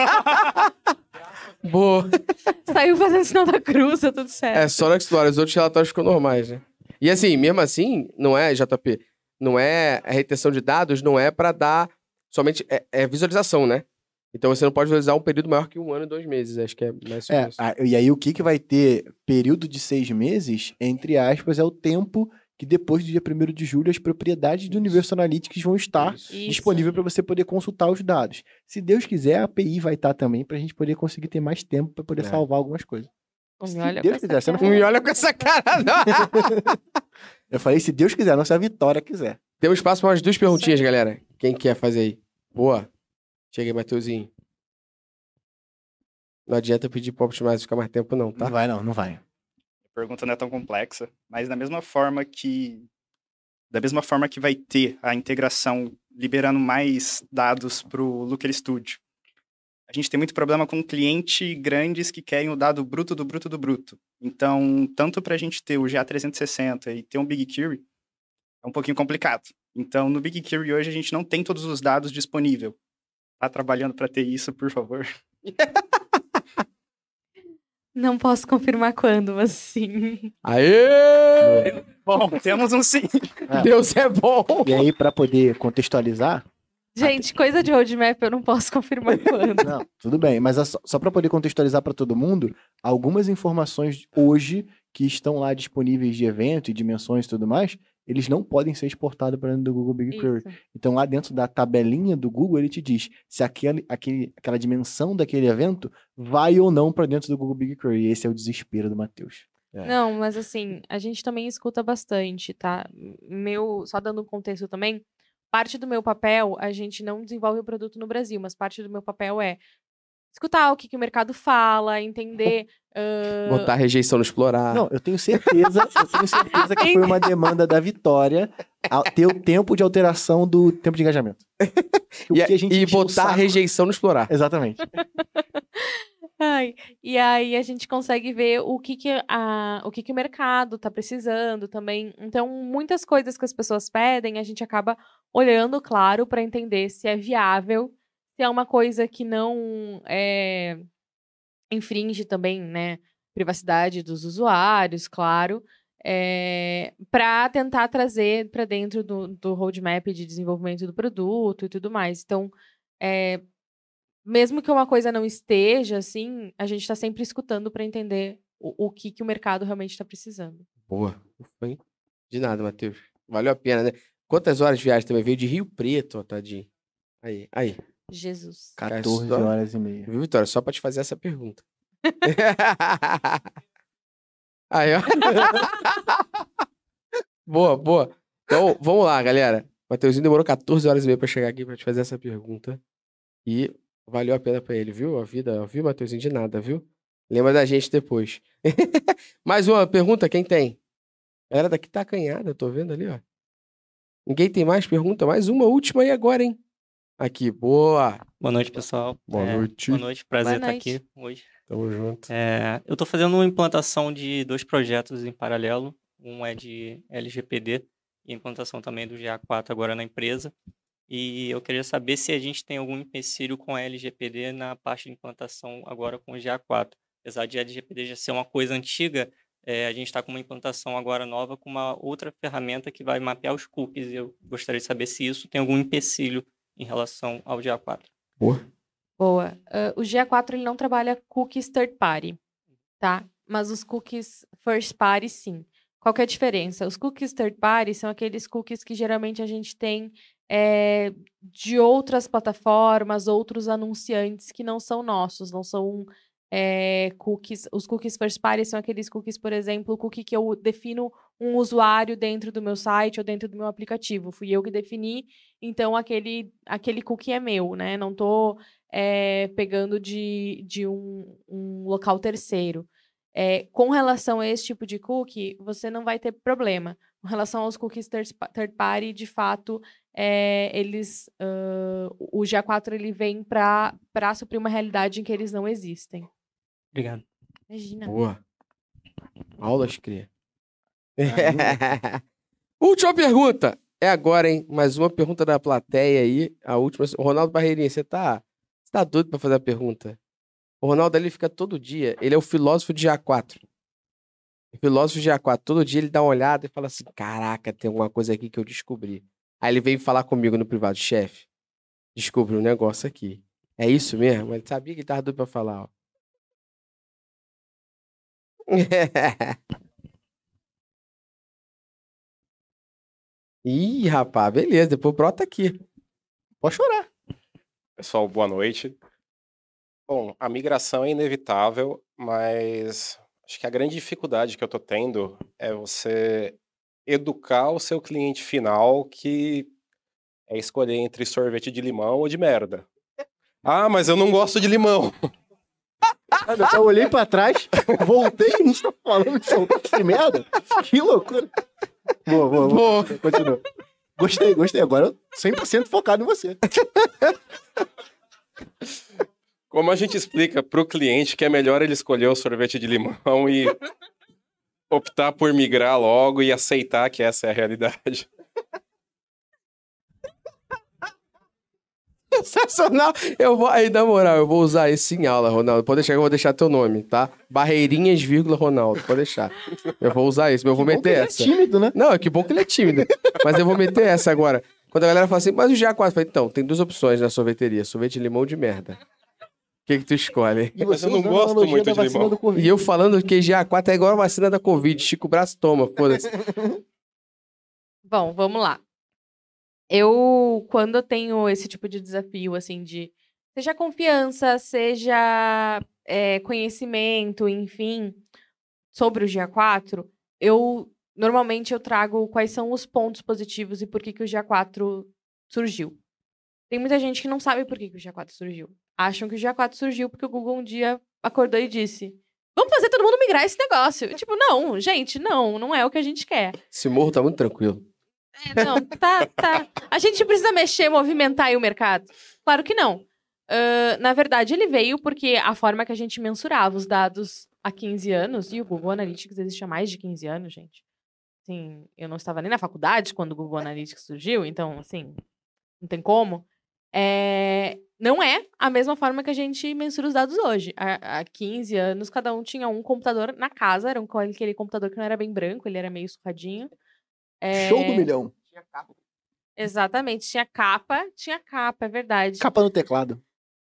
Boa. Saiu fazendo sinal da cruz, tá tudo certo. É só no Explorer, os outros relatórios ficam normais, né? E assim, mesmo assim, não é, JP, não é a retenção de dados, não é pra dar somente, é visualização, né? Então você não pode visualizar um período maior que 1 ano e 2 meses, acho que é mais sobre isso. E aí o que vai ter período de 6 meses, entre aspas, é o tempo que depois do dia 1º de julho as propriedades do Universo Analytics vão estar Isso. disponíveis para você poder consultar os dados. Se Deus quiser, a API vai estar também para a gente poder conseguir ter mais tempo para poder salvar algumas coisas. Se Deus quiser, você não Me olha com essa cara, não. Eu falei, se Deus quiser, não se a Vitória quiser. Temos espaço para umas 2 perguntinhas, galera. Quem quer fazer aí? Boa. Chega aí, Matheusinho. Não adianta pedir pro Optimize ficar mais tempo, não, tá? Não vai, não vai. A pergunta não é tão complexa, mas da mesma forma que vai ter a integração liberando mais dados para o Looker Studio, a gente tem muito problema com clientes grandes que querem o dado bruto do bruto do bruto. Então, tanto para a gente ter o GA360 e ter um BigQuery, é um pouquinho complicado. Então, no BigQuery hoje a gente não tem todos os dados disponíveis. Tá trabalhando para ter isso, por favor? Não posso confirmar quando, mas sim. Aê! Bom, temos um sim. Deus é bom! E aí, para poder contextualizar... Gente, coisa de roadmap eu não posso confirmar quando. Não, tudo bem, mas só para poder contextualizar para todo mundo, algumas informações hoje que estão lá disponíveis de evento e dimensões e tudo mais, eles não podem ser exportados para dentro do Google BigQuery. Isso. Então, lá dentro da tabelinha do Google, ele te diz se aquela dimensão daquele evento vai ou não para dentro do Google BigQuery. Esse é o desespero do Matheus. Não, mas assim, a gente também escuta bastante, tá? Só dando um contexto também, parte do meu papel, a gente não desenvolve o produto no Brasil, mas parte do meu papel é escutar o que o mercado fala, entender... Botar rejeição no explorar. Não, eu tenho certeza que foi uma demanda da Vitória ter o tempo de alteração do tempo de engajamento. E botar rejeição no explorar. Exatamente. E aí a gente consegue ver o que o mercado tá precisando também. Então, muitas coisas que as pessoas pedem, a gente acaba olhando, claro, para entender se é viável, se é uma coisa que não infringe também, né, privacidade dos usuários, claro, para tentar trazer para dentro do roadmap de desenvolvimento do produto e tudo mais. Então, mesmo que uma coisa não esteja, assim, a gente está sempre escutando para entender o que o mercado realmente está precisando. Boa. De nada, Matheus. Valeu a pena, né? Quantas horas de viagem também? Veio de Rio Preto, ó, tadinho. Aí. Jesus. 14 horas e meia. Viu, Vitória? Só pra te fazer essa pergunta. Aí, ó. Boa. Então, vamos lá, galera. O Matheusinho demorou 14 horas e meia pra chegar aqui pra te fazer essa pergunta. E valeu a pena pra ele, viu? Viu, Matheusinho? De nada, viu? Lembra da gente depois. Mais uma pergunta, quem tem? A galera daqui tá acanhada, tô vendo ali, ó. Ninguém tem mais pergunta? Mais uma última aí agora, hein? Aqui, boa. Boa noite, pessoal. Boa noite. Boa noite, prazer Boa estar aqui hoje. Tamo junto. Eu estou fazendo uma implantação de 2 projetos em paralelo. Um é de LGPD e implantação também do GA4 agora na empresa. E eu queria saber se a gente tem algum empecilho com a LGPD na parte de implantação agora com o GA4. Apesar de a LGPD já ser uma coisa antiga, a gente está com uma implantação agora nova com uma outra ferramenta que vai mapear os cookies. Eu gostaria de saber se isso tem algum empecilho em relação ao GA4. Boa. O GA4 ele não trabalha cookies third party, tá? Mas os cookies first party, sim. Qual que é a diferença? Os cookies third party são aqueles cookies que geralmente a gente tem de outras plataformas, outros anunciantes que não são nossos, não são cookies. Os cookies first party são aqueles cookies, por exemplo, o cookie que eu defino um usuário dentro do meu site ou dentro do meu aplicativo. Fui eu que defini, então aquele cookie é meu, né? Não tô pegando de um local terceiro. Com relação a esse tipo de cookie, você não vai ter problema. Com relação aos cookies third party, de fato, o GA4 ele vem para suprir uma realidade em que eles não existem. Obrigado. Imagina. Boa. Aulas cria. Última pergunta. É agora, hein? Mais uma pergunta da plateia aí. A última. O Ronaldo Barreirinha, você tá doido pra fazer a pergunta? O Ronaldo, ele fica todo dia. Ele é o filósofo de GA4. O filósofo de GA4. Todo dia ele dá uma olhada e fala assim: caraca, tem alguma coisa aqui que eu descobri. Aí ele veio falar comigo no privado: chefe, descobri um negócio aqui. É isso mesmo? Ele sabia que ele tava doido pra falar, ó. Ih, rapaz, beleza. Depois brota aqui. Pode chorar. Pessoal, boa noite. Bom, a migração é inevitável, mas acho que a grande dificuldade que eu tô tendo é você educar o seu cliente final que é escolher entre sorvete de limão ou de merda. Ah, mas eu não gosto de limão. Eu olhei pra trás, voltei e a gente tá falando de sorvete de merda. Que loucura. Boa. Continua. Gostei. Agora eu 100% focado em você. Como a gente explica pro cliente que é melhor ele escolher o sorvete de limão e optar por migrar logo e aceitar que essa é a realidade? Sensacional. Aí, na moral, eu vou usar isso em aula, Ronaldo. Pode deixar que eu vou deixar teu nome, tá? Barreirinhas, vírgula, Ronaldo. Pode deixar. Eu vou usar isso, mas eu vou meter essa. Ele é tímido, né? Não, que bom que ele é tímido. Mas eu vou meter essa agora. Quando a galera fala assim, mas o GA4, eu falei, então, tem duas opções na sorveteria: sorvete de limão ou de merda. O que tu escolhe? E Mas você eu não usando a gosto analogia muito da de vacina limão. do Covid. E eu falando que GA4 é igual a vacina da Covid. Chico Braço toma, foda-se. Bom, vamos lá. Quando eu tenho esse tipo de desafio, assim, de seja confiança, seja conhecimento, enfim, sobre o GA4, normalmente eu trago quais são os pontos positivos e por que o GA4 surgiu. Tem muita gente que não sabe por que o GA4 surgiu. Acham que o GA4 surgiu porque o Google um dia acordou e disse: vamos fazer todo mundo migrar esse negócio. Tipo, não, gente, não é o que a gente quer. Esse morro tá muito tranquilo. Não, tá. A gente precisa mexer, movimentar aí o mercado? Claro que não. Na verdade, ele veio porque a forma que a gente mensurava os dados há 15 anos, e o Google Analytics existe há mais de 15 anos, gente. Assim, eu não estava nem na faculdade quando o Google Analytics surgiu, então, assim, não tem como. Não é a mesma forma que a gente mensura os dados hoje. Há 15 anos, cada um tinha um computador na casa, era aquele computador que não era bem branco, ele era meio surradinho. Show do milhão. Exatamente, tinha capa, é verdade. Capa no teclado.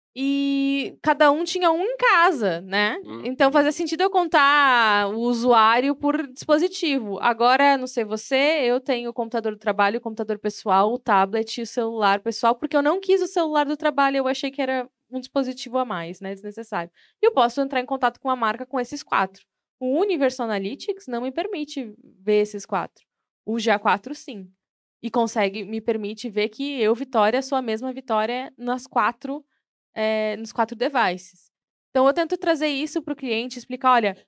E cada um tinha um em casa, né? Então fazia sentido eu contar o usuário por dispositivo. Agora, não sei você, eu tenho o computador do trabalho, o computador pessoal, o tablet e o celular pessoal, porque eu não quis o celular do trabalho, eu achei que era um dispositivo a mais, né? Desnecessário. E eu posso entrar em contato com a marca com esses 4. O Universal Analytics não me permite ver esses 4. O GA4, sim. E me permite ver que eu, Vitória, sou a mesma Vitória nos 4 devices. Então, eu tento trazer isso para o cliente, explicar, olha,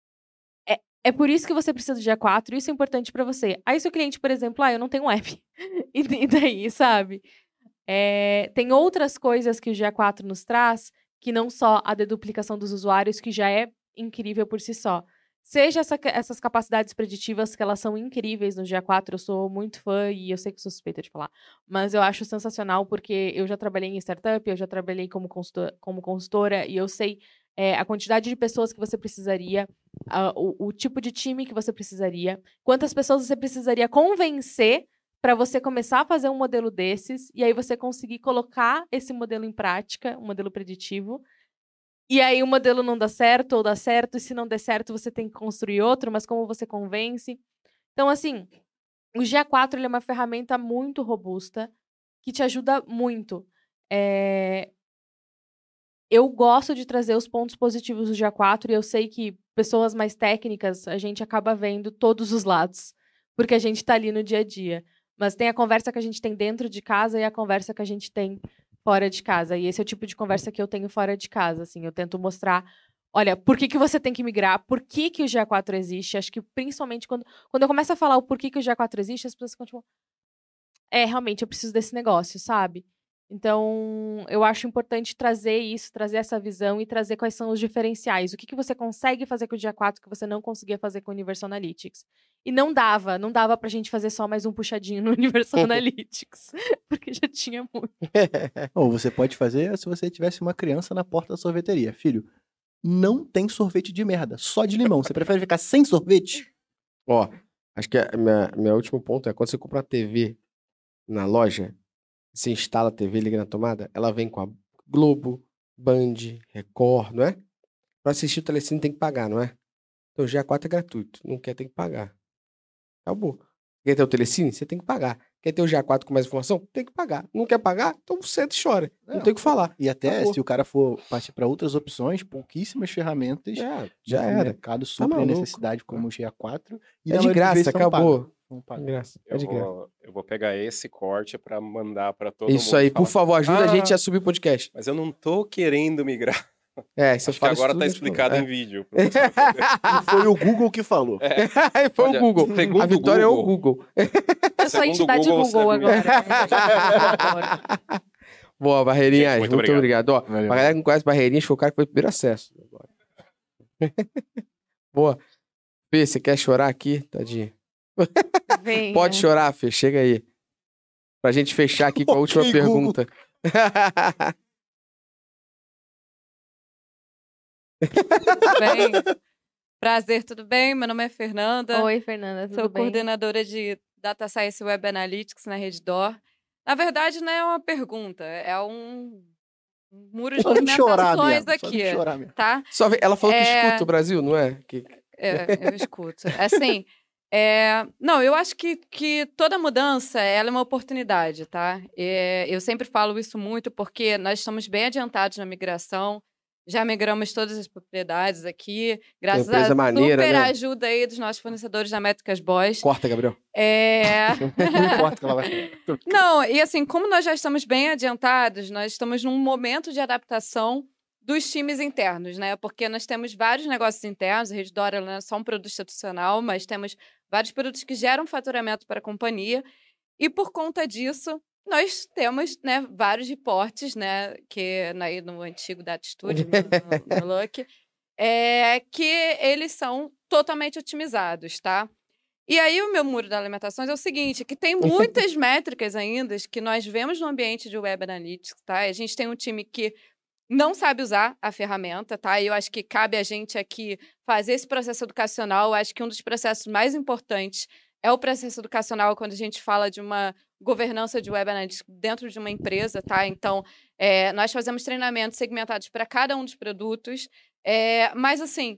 é por isso que você precisa do GA4, isso é importante para você. Aí, se o cliente, por exemplo, eu não tenho um app. E daí, sabe? Tem outras coisas que o GA4 nos traz, que não só a deduplicação dos usuários, que já é incrível por si só. Seja essas capacidades preditivas, que elas são incríveis no GA4, eu sou muito fã e eu sei que sou suspeita de falar, mas eu acho sensacional porque eu já trabalhei em startup, eu já trabalhei como consultora e eu sei a quantidade de pessoas que você precisaria, o tipo de time que você precisaria, quantas pessoas você precisaria convencer para você começar a fazer um modelo desses e aí você conseguir colocar esse modelo em prática, um modelo preditivo. E aí o modelo não dá certo, ou dá certo, e se não der certo, você tem que construir outro, mas como você convence? Então, assim, o GA4 ele é uma ferramenta muito robusta, que te ajuda muito. Eu gosto de trazer os pontos positivos do GA4, e eu sei que pessoas mais técnicas, a gente acaba vendo todos os lados, porque a gente está ali no dia a dia. Mas tem a conversa que a gente tem dentro de casa e a conversa que a gente tem fora de casa. E esse é o tipo de conversa que eu tenho fora de casa. Assim, eu tento mostrar, olha, por que você tem que migrar, por que o GA4 existe. Acho que principalmente quando eu começo a falar o porquê que o GA4 existe, as pessoas ficam tipo, realmente, eu preciso desse negócio, sabe? Então, eu acho importante trazer isso, trazer essa visão e trazer quais são os diferenciais. O que você consegue fazer com o GA4 que você não conseguia fazer com o Universal Analytics. E não dava pra gente fazer só mais um puxadinho no Universal Analytics, porque já tinha muito. Ou você pode fazer se você tivesse uma criança na porta da sorveteria. Filho, não tem sorvete de merda, só de limão. Você prefere ficar sem sorvete? Ó, acho que meu último ponto é quando você compra uma TV na loja, você instala a TV, liga na tomada, ela vem com a Globo, Band, Record, não é? Pra assistir o Telecine tem que pagar, não é? Então o GA4 é gratuito. Não quer, tem que pagar. Acabou. Quer ter o Telecine? Você tem que pagar. Quer ter o GA4 com mais informação? Tem que pagar. Não quer pagar? Então senta e chora. Não tem o que falar. E até Acabou. se o cara for partir para outras opções, pouquíssimas ferramentas Já no era. mercado suprem a maluco. necessidade como o GA4. E É na de maioria das graça, vezes são acabou. pagos. São pagos. De graça. É de graça. Eu vou pegar esse corte pra mandar pra todo mundo. Isso aí, por falar, favor, ajuda a gente "Ah, a subir o podcast. Mas eu não tô querendo migrar. É, você Acho que fala isso agora tudo, tá a gente explicado fala. em vídeo. pro pessoal entender. E foi o Google que falou. É. Foi Olha, o Google. segundo A vitória é o Google. Google. Eu sou a Segundo entidade Google, Google você- agora. Né? Boa, Barreirinhas. Gente, muito muito obrigado. Ó, Valeu. pra galera que não conhece Barreirinhas, foi o cara que foi o primeiro acesso. Boa. Fê, você quer chorar aqui? Tadinho. Venha. Pode chorar, Fê. Chega aí. Pra gente fechar aqui com a última Ok, pergunta. Tudo bem? Prazer, tudo bem? Meu nome é Fernanda. Oi, Fernanda, tudo Sou bem? coordenadora de Data Science Web Analytics na Reddor. Na verdade, não é uma pergunta, é um muro de Só não chorar lamentações mesmo. Só não aqui, chorar mesmo. tá? Só ela falou que É. escuta o Brasil, não é? Eu escuto. Assim, não, eu acho que toda mudança, ela é uma oportunidade, tá? Eu sempre falo isso muito porque nós estamos bem adiantados na migração, já migramos todas as propriedades aqui, graças à empresa maneira, super né? ajuda aí dos nossos fornecedores da Métricas Boys. Corta, Gabriel. Não importa o que ela vai falar. Não, e assim, como nós já estamos bem adiantados, nós estamos num momento de adaptação dos times internos, né? Porque nós temos vários negócios internos, a Reddor não é só um produto institucional, mas temos vários produtos que geram faturamento para a companhia, e por conta disso, nós temos, né, vários reportes, né, que aí no antigo Data Studio, no Look, que eles são totalmente otimizados, tá? E aí o meu muro da alimentações é o seguinte, que tem muitas métricas ainda que nós vemos no ambiente de Web Analytics, tá? A gente tem um time que não sabe usar a ferramenta, tá? E eu acho que cabe a gente aqui fazer esse processo educacional. Eu acho que um dos processos mais importantes é o processo educacional quando a gente fala de uma governança de Web Analytics dentro de uma empresa, tá? Então, nós fazemos treinamentos segmentados para cada um dos produtos, mas assim,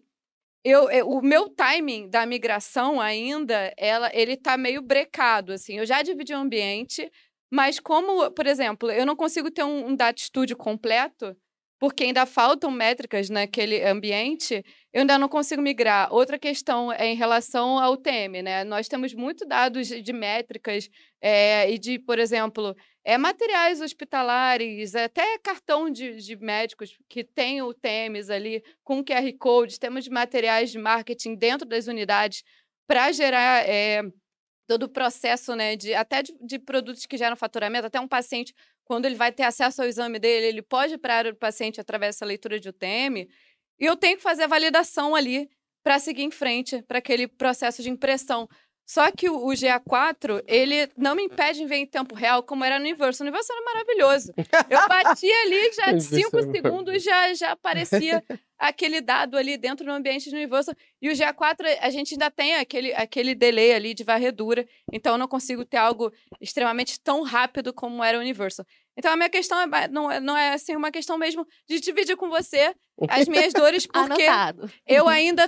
o meu timing da migração ainda, ele tá meio brecado, assim. Eu já dividi o ambiente, mas como, por exemplo, eu não consigo ter um Data Studio completo, porque ainda faltam métricas naquele ambiente, eu ainda não consigo migrar. Outra questão é em relação ao TM, né? Nós temos muito dados de métricas e de, por exemplo, materiais hospitalares, até cartão de médicos que tem o TMs ali com QR Code, temos materiais de marketing dentro das unidades para gerar todo o processo, né, até de produtos que geram faturamento, até um paciente, quando ele vai ter acesso ao exame dele, ele pode ir para a área do paciente através dessa leitura de UTM, e eu tenho que fazer a validação ali para seguir em frente para aquele processo de impressão. Só que o GA4, ele não me impede de ver em tempo real como era no Universal. O Universal era maravilhoso. Eu batia ali, já de 5 segundos já aparecia aquele dado ali dentro do ambiente do Universal. E o GA4, a gente ainda tem aquele delay ali de varredura. Então, eu não consigo ter algo extremamente tão rápido como era o Universal. Então, a minha questão não é assim, uma questão mesmo de dividir com você as minhas dores, porque Anotado. eu ainda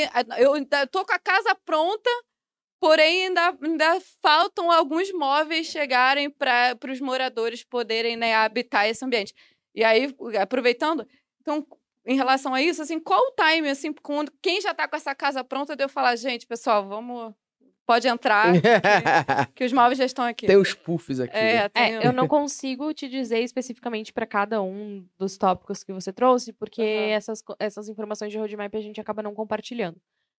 tô com a casa pronta, porém, ainda faltam alguns móveis chegarem para os moradores poderem, né, habitar esse ambiente. E aí, aproveitando, então, em relação a isso, assim, qual o time, assim, quando quem já está com essa casa pronta, de eu falar, gente, pessoal, pode entrar, que os móveis já estão aqui. Tem os puffs aqui. né? Eu não consigo te dizer especificamente para cada um dos tópicos que você trouxe, porque essas informações de roadmap a gente acaba não compartilhando.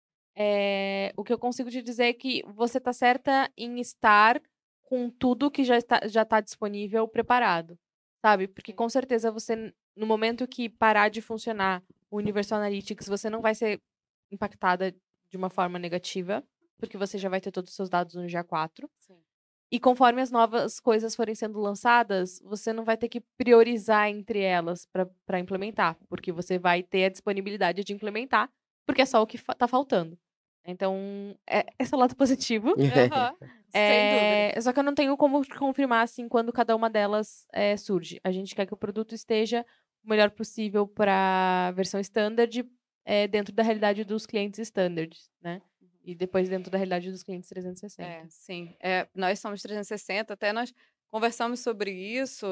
O que eu consigo te dizer é que você está certa em estar com tudo que já está disponível, preparado. sabe? Porque com certeza você, no momento que parar de funcionar o Universal Analytics, você não vai ser impactada de uma forma negativa, porque você já vai ter todos os seus dados no GA4. Sim. E conforme as novas coisas forem sendo lançadas, você não vai ter que priorizar entre elas para implementar, porque você vai ter a disponibilidade de implementar, porque é só o que tá faltando. Então, esse é o lado positivo. Aham, sem dúvida. Só que eu não tenho como confirmar, assim, quando cada uma delas surge. A gente quer que o produto esteja o melhor possível para a versão standard, dentro da realidade dos clientes standards, né? E depois dentro da realidade dos clientes 360. Sim. Nós somos 360, até nós conversamos sobre isso.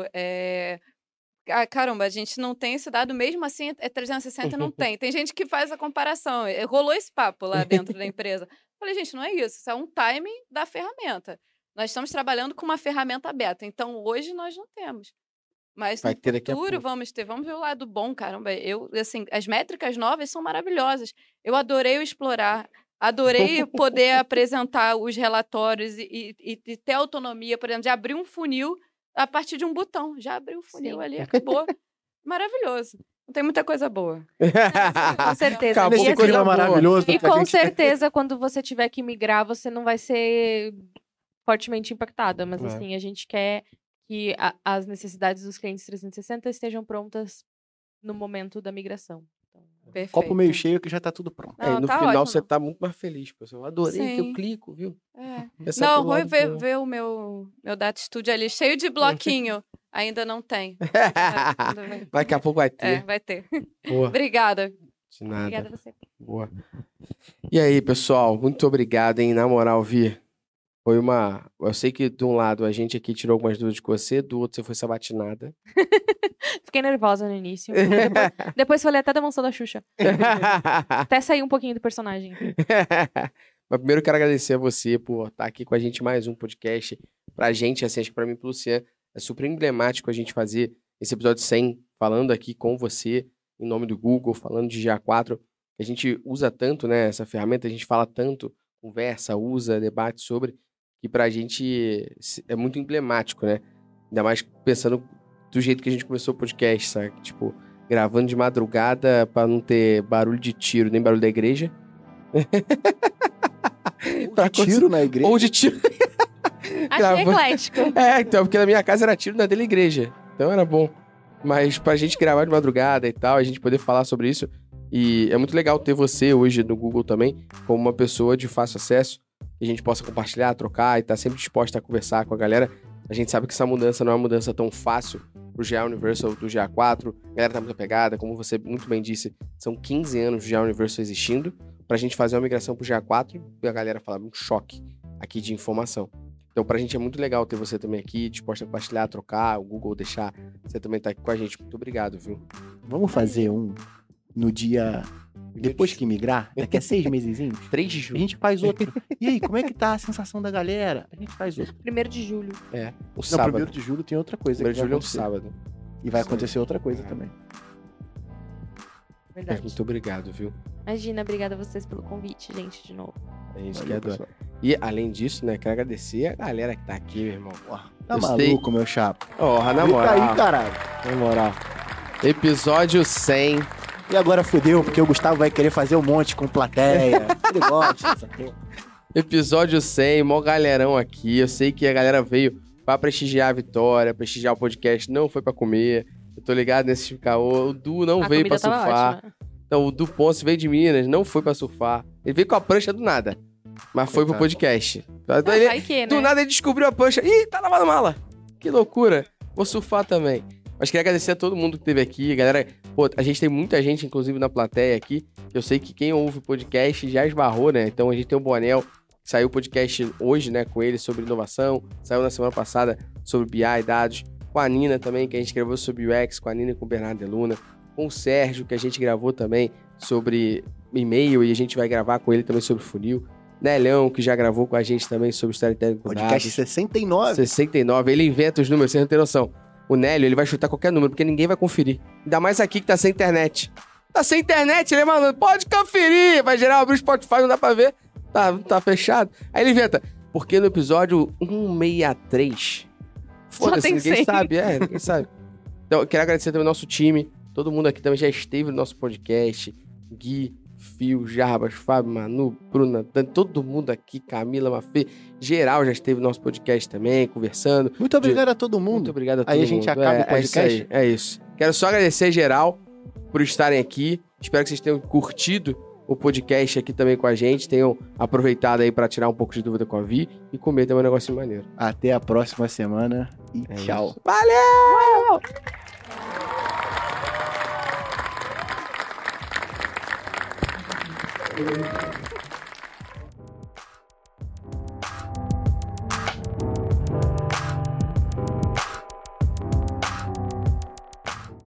Caramba, a gente não tem esse dado, mesmo assim, 360 não tem. Tem gente que faz a comparação. Rolou esse papo lá dentro da empresa. Falei, gente, não é isso é um timing da ferramenta. Nós estamos trabalhando com uma ferramenta aberta, então hoje nós não temos. Mas Vai no ter daqui a futuro pouco. vamos ver o lado bom, caramba. As métricas novas são maravilhosas. Eu adorei explorar, adorei poder apresentar os relatórios e ter autonomia, por exemplo, de abrir um funil a partir de um botão. Já abriu o funil ali, acabou. Maravilhoso. Não tem muita coisa boa. Com certeza. Acabou Nesse com coisa clima boa. maravilhoso. E que a com gente- certeza, quando você tiver que migrar, você não vai ser fortemente impactada. Mas, assim, a gente quer que as necessidades dos clientes 360 estejam prontas no momento da migração. Perfeito. Copo meio cheio que já tá tudo pronto. Não, E no tá final ótimo. você tá muito mais feliz, pessoal. Eu adorei que eu Sim. clico, viu? Essa Não, pro ruim lado bom. ver o meu Data Studio ali cheio de bloquinho. Ainda não tem. Daqui a pouco vai ter. Vai ter. Boa, Obrigada. de nada. Obrigada a você. Boa. E aí, pessoal, muito obrigado, hein? Na moral, Vi. Foi uma. Eu sei que de um lado a gente aqui tirou algumas dúvidas com você, do outro você foi sabatinada. Fiquei nervosa no início. Depois falei até da mansão da Xuxa. Até sair um pouquinho do personagem. Mas primeiro eu quero agradecer a você por estar aqui com a gente mais um podcast. Pra gente, assim, acho que pra mim e pro Luciano, é super emblemático a gente fazer esse episódio 100, falando aqui com você, em nome do Google, falando de GA4. A gente usa tanto, né, essa ferramenta, a gente fala tanto, conversa, usa, debate sobre, que pra gente é muito emblemático, né? Ainda mais pensando do jeito que a gente começou o podcast, sabe? Tipo, gravando de madrugada pra não ter barulho de tiro, nem barulho da igreja. Pra Tiro na igreja. Ou de tiro. Achei eclético. Então, porque na minha casa era tiro, na dele igreja. Então era bom. Mas pra gente gravar de madrugada e tal, a gente poder falar sobre isso. E é muito legal ter você hoje no Google também, como uma pessoa de fácil acesso, que a gente possa compartilhar, trocar e tá sempre disposta a conversar com a galera. A gente sabe que essa mudança não é uma mudança tão fácil pro GA Universal do GA4. A galera tá muito apegada, como você muito bem disse, são 15 anos do GA Universal existindo. Pra gente fazer uma migração pro GA4 e a galera falar um choque aqui de informação. Então, pra gente é muito legal ter você também aqui, disposta a compartilhar, trocar, o Google deixar você também tá aqui com a gente. Muito obrigado, viu? Vamos fazer um no dia... Depois que migrar, daqui a 6 mesezinhos, 3 de a julho. gente faz outro. E aí, como é que tá a sensação da galera? A gente faz outro. 1º de julho. O Não, sábado. 1º de julho tem outra coisa. 1º de que vai julho é um acontecer. sábado. E vai acontecer outra coisa também. Mas Verdade. muito obrigado, viu? Imagina, obrigada a vocês pelo convite, gente, de novo. A gente que Valeu, adora. pessoal. E, além disso, né, quero agradecer a galera que tá aqui, meu irmão. Tá Gostei. maluco, meu chapa? Porra, na Fica moral. aí, caralho. Na moral. Episódio 100. E agora fudeu, porque o Gustavo vai querer fazer um monte com plateia. Ele gosta dessa porra. Episódio 100, mó galerão aqui. Eu sei que a galera veio pra prestigiar a vitória, prestigiar o podcast, não foi pra comer. Eu tô ligado nesse caô. O Du não A veio comida pra tava surfar. ótima. Então, o Du Ponce veio de Minas, não foi pra surfar. Ele veio com a prancha do nada, mas foi pro Coitado. podcast. Ah, Ele- vai que, né? Do nada ele descobriu a prancha. Ih, tá lavando mala. Que loucura. Vou surfar também. Mas queria agradecer a todo mundo que esteve aqui. Galera, pô, a gente tem muita gente, inclusive, na plateia aqui. Eu sei que quem ouve o podcast já esbarrou, né? Então a gente tem o Bonel, que saiu o podcast hoje, né, com ele sobre inovação. Saiu na semana passada sobre BI e dados. Com a Nina também, que a gente gravou sobre UX, com a Nina e com o Bernardo de Luna. Com o Sérgio, que a gente gravou também sobre e-mail e a gente vai gravar com ele também sobre funil. Nelhão, que já gravou com a gente também sobre storytelling com Podcast dados. 69. 69. Ele inventa os números, vocês não tem noção. O Nélio, ele vai chutar qualquer número, porque ninguém vai conferir. Ainda mais aqui que tá sem internet. Tá sem internet, ele é malandro. Pode conferir. Vai gerar, abrir o Spotify, não dá pra ver. Tá fechado. Aí ele inventa. Porque no episódio 163... Foda-se, tem ninguém 100. sabe. Ninguém sabe. Então, eu quero agradecer também ao nosso time. Todo mundo aqui também já esteve no nosso podcast. Gui, Fio, Jarbas, Fábio, Manu, Bruna, Dani, todo mundo aqui, Camila, Mafê, geral já esteve no nosso podcast também, conversando. Muito obrigado a todo mundo. Muito obrigado a todo Aí mundo. a gente acaba o podcast. É isso. Quero só agradecer geral por estarem aqui. Espero que vocês tenham curtido o podcast aqui também com a gente, tenham aproveitado aí para tirar um pouco de dúvida com a Vi e comer também um negocinho maneiro. Até a próxima semana e tchau. Isso. Valeu!